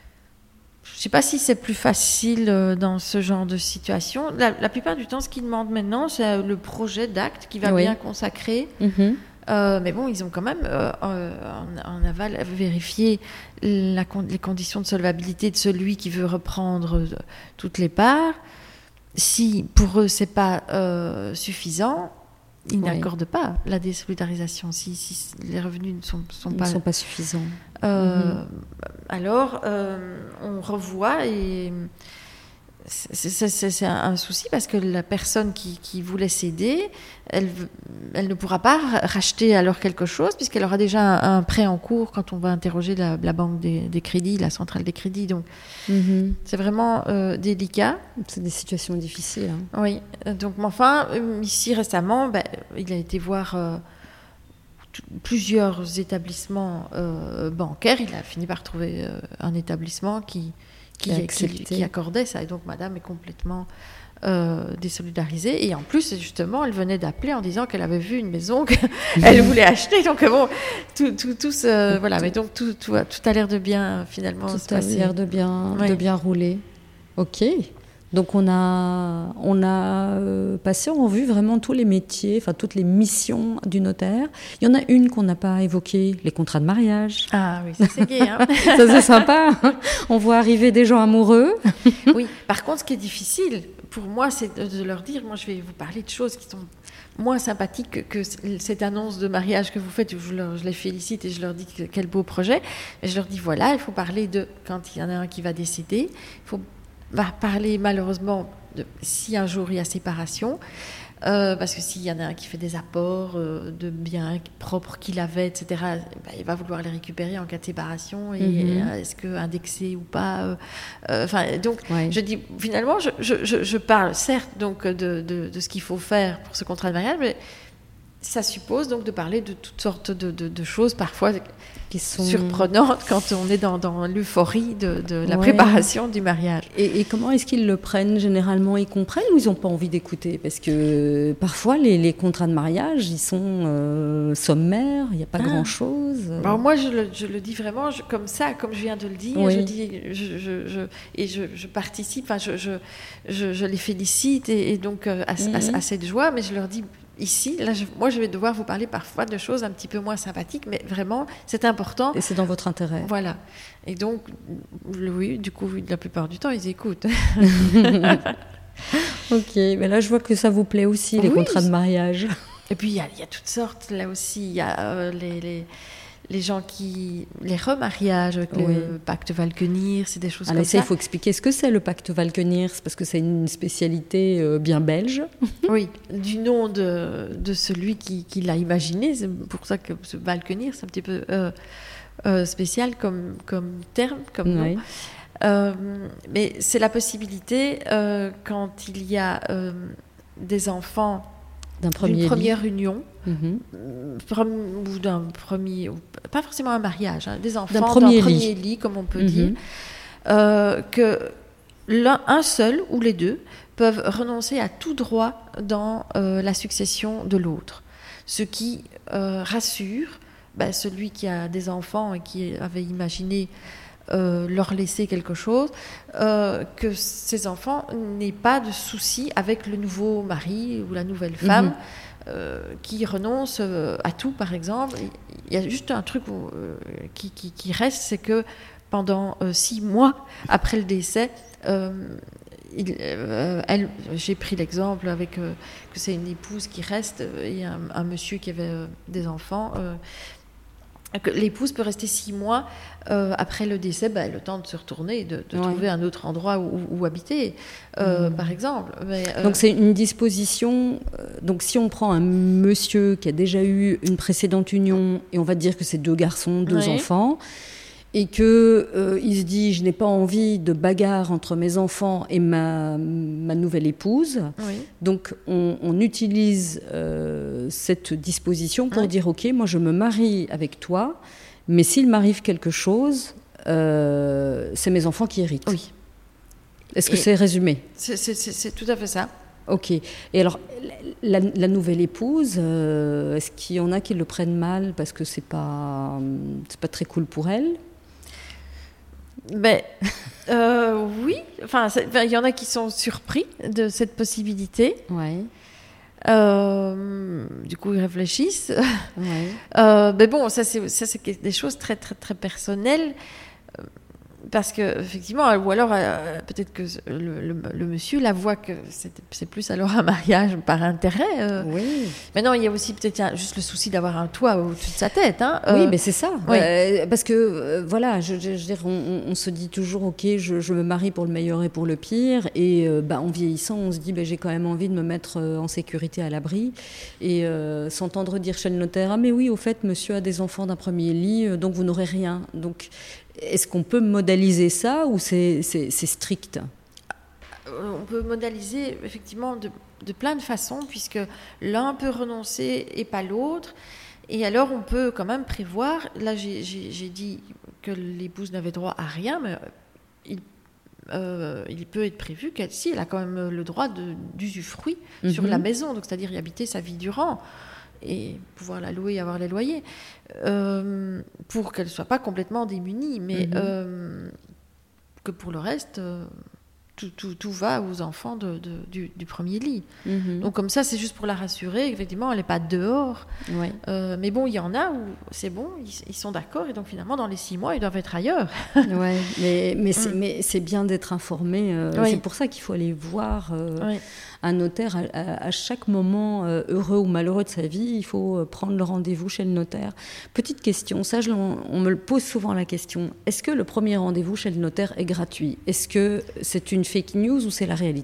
je ne sais pas si c'est plus facile dans ce genre de situation. La, la plupart du temps, ce qu'ils demandent maintenant, c'est le projet d'acte qui va oui. bien consacrer. Mm-hmm. Euh, mais bon, ils ont quand même, euh, en, en aval, vérifié la, les conditions de solvabilité de celui qui veut reprendre toutes les parts. Si pour eux, ce n'est pas euh, suffisant, ils oui. n'accordent pas la désolidarisation. Si, si les revenus ne sont, sont, pas, ne sont pas suffisants. Euh, mm-hmm. Alors, euh, on revoit et... C'est, c'est, c'est un souci parce que la personne qui, qui voulait céder, elle, elle ne pourra pas racheter alors quelque chose puisqu'elle aura déjà un, un prêt en cours quand on va interroger la, la banque des, des crédits, la centrale des crédits. Donc, mm-hmm. c'est vraiment euh, délicat. C'est des situations difficiles. Hein. Oui. Donc, mais enfin, ici récemment, ben, il a été voir euh, t- plusieurs établissements euh, bancaires. Il a fini par trouver euh, un établissement qui Qui, qui, qui accordait ça. Et donc, madame est complètement euh, désolidarisée. Et en plus, justement, elle venait d'appeler en disant qu'elle avait vu une maison qu'elle voulait acheter. Donc, bon, tout, tout, tout, ce, voilà. Mais donc, tout, tout, tout a l'air de bien, finalement, tout se passer. Tout a l'air de bien, ouais. de bien rouler. OK. Donc, on a, on a euh, passé en revue vraiment tous les métiers, enfin, toutes les missions du notaire. Il y en a une qu'on n'a pas évoquée, les contrats de mariage. Ah oui, ça c'est gai. Hein. Ça, c'est sympa. On voit arriver des gens amoureux. Oui, par contre, ce qui est difficile, pour moi, c'est de leur dire, moi, je vais vous parler de choses qui sont moins sympathiques que, que cette annonce de mariage que vous faites, où je, leur, je les félicite et je leur dis que, quel beau projet. Et je leur dis, voilà, il faut parler de, quand il y en a un qui va décéder, il faut va parler malheureusement de, si un jour il y a séparation, euh, parce que s'il y en a un qui fait des apports euh, de biens propres qu'il avait, et cetera, ben, il va vouloir les récupérer en cas de séparation, et mm-hmm. euh, est-ce que indexé ou pas euh, enfin, euh, donc ouais. je dis, finalement, je, je, je parle certes donc, de, de, de ce qu'il faut faire pour ce contrat de mariage, mais ça suppose donc de parler de toutes sortes de, de, de choses, parfois qui sont surprenantes quand on est dans, dans l'euphorie de, de la ouais. préparation du mariage. Et, et comment est-ce qu'ils le prennent généralement ? Ils comprennent ou ils n'ont pas envie d'écouter ? Parce que parfois, les, les contrats de mariage, ils sont euh, sommaires, il n'y a pas ah. grand-chose. Alors moi, je le, je le dis vraiment je, comme ça, comme je viens de le dire. Oui. Je dis, je, je, je, et je, je participe, enfin, je, je, je, je les félicite, et, et donc à, mm-hmm. à, à cette joie, mais je leur dis... Ici, là, je, moi, je vais devoir vous parler parfois de choses un petit peu moins sympathiques, mais vraiment, c'est important. Et c'est dans votre intérêt. Voilà. Et donc, oui, du coup, la plupart du temps, ils écoutent. Ok, mais là, je vois que ça vous plaît aussi, les oui, contrats de mariage. Et puis, il y, y a toutes sortes, là aussi. Il y a euh, les... les les gens qui... les remariages avec oui. le pacte Valkenir, c'est des choses Alors comme ça. ça. Il faut expliquer ce que c'est le pacte Valkenir, parce que c'est une spécialité euh, bien belge. Oui, du nom de, de celui qui, qui l'a imaginé. C'est pour ça que ce Valkenir, c'est un petit peu euh, euh, spécial comme, comme terme, comme nom. Oui. Euh, mais c'est la possibilité, euh, quand il y a euh, des enfants d'un premier d'une première lit. union, mm-hmm. ou d'un premier, ou pas forcément un mariage, hein, des enfants d'un premier, d'un premier lit. lit, comme on peut mm-hmm. dire, euh, que l'un, un seul ou les deux peuvent renoncer à tout droit dans euh, la succession de l'autre, ce qui euh, rassure ben, celui qui a des enfants et qui avait imaginé euh, leur laisser quelque chose, euh, que ces enfants n'aient pas de soucis avec le nouveau mari ou la nouvelle femme. Mmh. Euh, qui renonce euh, à tout, par exemple. Il y a juste un truc où, euh, qui, qui, qui reste, c'est que pendant euh, six mois après le décès, euh, il, euh, elle, j'ai pris l'exemple avec euh, que c'est une épouse qui reste et un, un monsieur qui avait euh, des enfants. Euh, que l'épouse peut rester six mois euh, après le décès, ben, le temps de se retourner, de, de ouais. trouver un autre endroit où, où habiter, euh, mmh. par exemple. Mais, euh... Donc c'est une disposition. Euh, donc si on prend un monsieur qui a déjà eu une précédente union et on va dire que c'est deux garçons, deux oui. enfants, et que euh, il se dit je n'ai pas envie de bagarre entre mes enfants et ma, ma nouvelle épouse, oui. donc on, on utilise euh, cette disposition pour oui. dire ok, moi je me marie avec toi, mais s'il m'arrive quelque chose, euh, c'est mes enfants qui héritent. Oui. Est-ce que et c'est résumé ? c'est, c'est, c'est, c'est tout à fait ça. Ok. Et alors, la, la nouvelle épouse, euh, est-ce qu'il y en a qui le prennent mal parce que c'est pas, c'est pas très cool pour elle ? Ben, euh, oui. Enfin, il y en a qui sont surpris de cette possibilité. Ouais. Euh, du coup, ils réfléchissent. Ouais. Euh, mais bon, ça c'est, ça, c'est des choses très, très, très personnelles. Parce que effectivement, ou alors euh, peut-être que le, le, le monsieur la voit que c'est, c'est plus alors un mariage par intérêt. Euh. Oui. Mais non, il y a aussi peut-être juste le souci d'avoir un toit au-dessus de sa tête. Hein. Oui, euh. mais c'est ça. Oui. Euh, parce que euh, voilà, je, je, je veux dire, on, on se dit toujours, ok, je, je me marie pour le meilleur et pour le pire, et euh, bah, en vieillissant, on se dit, bah, j'ai quand même envie de me mettre euh, en sécurité à l'abri, et euh, s'entendre dire chez le notaire, ah mais oui, au fait, monsieur a des enfants d'un premier lit, euh, donc vous n'aurez rien. Donc est-ce qu'on peut modéliser ça ou c'est, c'est, c'est strict ? On peut modéliser effectivement de, de plein de façons, puisque l'un peut renoncer et pas l'autre. Et alors on peut quand même prévoir, là j'ai, j'ai, j'ai dit que l'épouse n'avait droit à rien, mais il, euh, il peut être prévu qu'elle, si, elle a quand même le droit de, d'usufruit mm-hmm. sur la maison, donc c'est-à-dire y habiter sa vie durant. Et pouvoir la louer et avoir les loyers, euh, pour qu'elle ne soit pas complètement démunie, mais mmh. euh, que pour le reste, euh, tout, tout, tout va aux enfants de, de, du, du premier lit. Mmh. Donc comme ça, c'est juste pour la rassurer, effectivement, elle n'est pas dehors. Ouais. Euh, mais bon, il y en a où c'est bon, ils, ils sont d'accord, et donc finalement, dans les six mois, ils doivent être ailleurs. Ouais, mais, mais, c'est, mmh. mais c'est bien d'être informé. Euh, oui. C'est pour ça qu'il faut aller voir... Euh, oui. un notaire, à, à, à chaque moment euh, heureux ou malheureux de sa vie, il faut euh, prendre le rendez-vous chez le notaire. Petite question, ça je, on, on me le pose souvent la question, est-ce que le premier rendez-vous chez le notaire est gratuit ? Est-ce que c'est une fake news ou c'est la réalité ?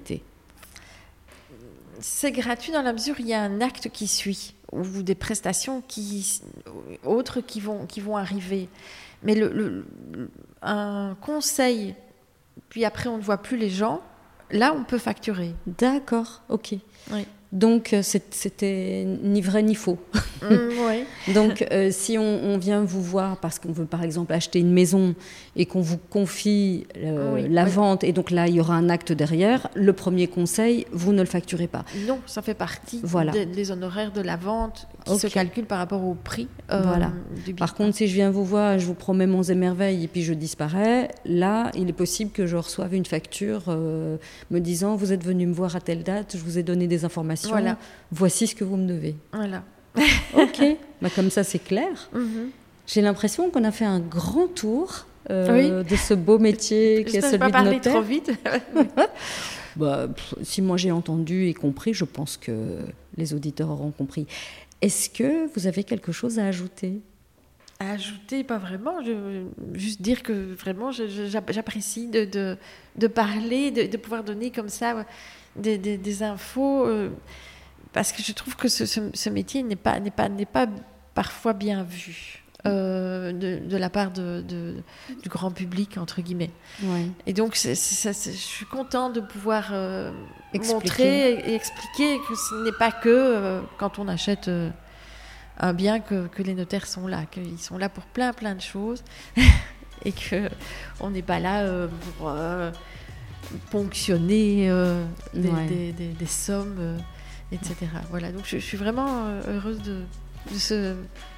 C'est gratuit dans la mesure où il y a un acte qui suit, ou des prestations qui, autres qui vont, qui vont arriver. Mais le, le, un conseil, puis après on ne voit plus les gens, là, on peut facturer. D'accord, ok. Oui. Donc, c'était ni vrai ni faux. Mmh, oui. Donc, euh, si on, on vient vous voir parce qu'on veut, par exemple, acheter une maison et qu'on vous confie euh, oui, la oui. vente, et donc là, il y aura un acte derrière, le premier conseil, vous ne le facturez pas. Non, ça fait partie voilà. des, des honoraires de la vente qui okay. se calculent par rapport au prix euh, voilà. du bien. Par contre, si je viens vous voir, je vous promets monts et merveilles et puis je disparais, là, il est possible que je reçoive une facture euh, me disant « Vous êtes venu me voir à telle date, je vous ai donné des informations. Voilà. Voici ce que vous me devez. » Voilà. Ok, bah, comme ça c'est clair. Mm-hmm. J'ai l'impression qu'on a fait un grand tour euh, oui. de ce beau métier qui est celui pas de notaire. Trop vite. bah, pff, si moi j'ai entendu et compris, je pense que les auditeurs auront compris. Est-ce que vous avez quelque chose à ajouter ? À ajouter, pas vraiment. Je, juste dire que vraiment, je, je, j'apprécie de, de, de parler, de, de pouvoir donner comme ça des, des, des infos, euh, parce que je trouve que ce, ce, ce métier n'est pas, n'est, pas, n'est pas parfois bien vu euh, de, de la part de, de, du grand public, entre guillemets. Ouais. Et donc, c'est, c'est, c'est, je suis contente de pouvoir euh, montrer et, et expliquer que ce n'est pas que euh, quand on achète... Euh, un bien que, que les notaires sont là, qu'ils sont là pour plein plein de choses et qu'on n'est pas là euh, pour euh, ponctionner euh, des, ouais. des, des, des sommes, euh, et cetera. Voilà, donc je, je suis vraiment heureuse de, de, ce,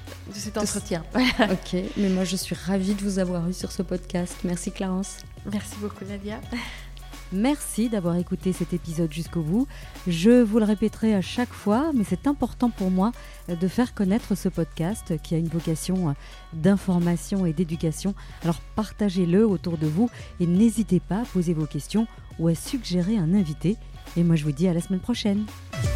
de cet entretien. Ok, mais moi je suis ravie de vous avoir eu sur ce podcast. Merci Clarence. Merci beaucoup Nadia. Merci d'avoir écouté cet épisode jusqu'au bout. Je vous le répéterai à chaque fois, mais c'est important pour moi de faire connaître ce podcast qui a une vocation d'information et d'éducation. Alors partagez-le autour de vous et n'hésitez pas à poser vos questions ou à suggérer un invité. Et moi je vous dis à la semaine prochaine.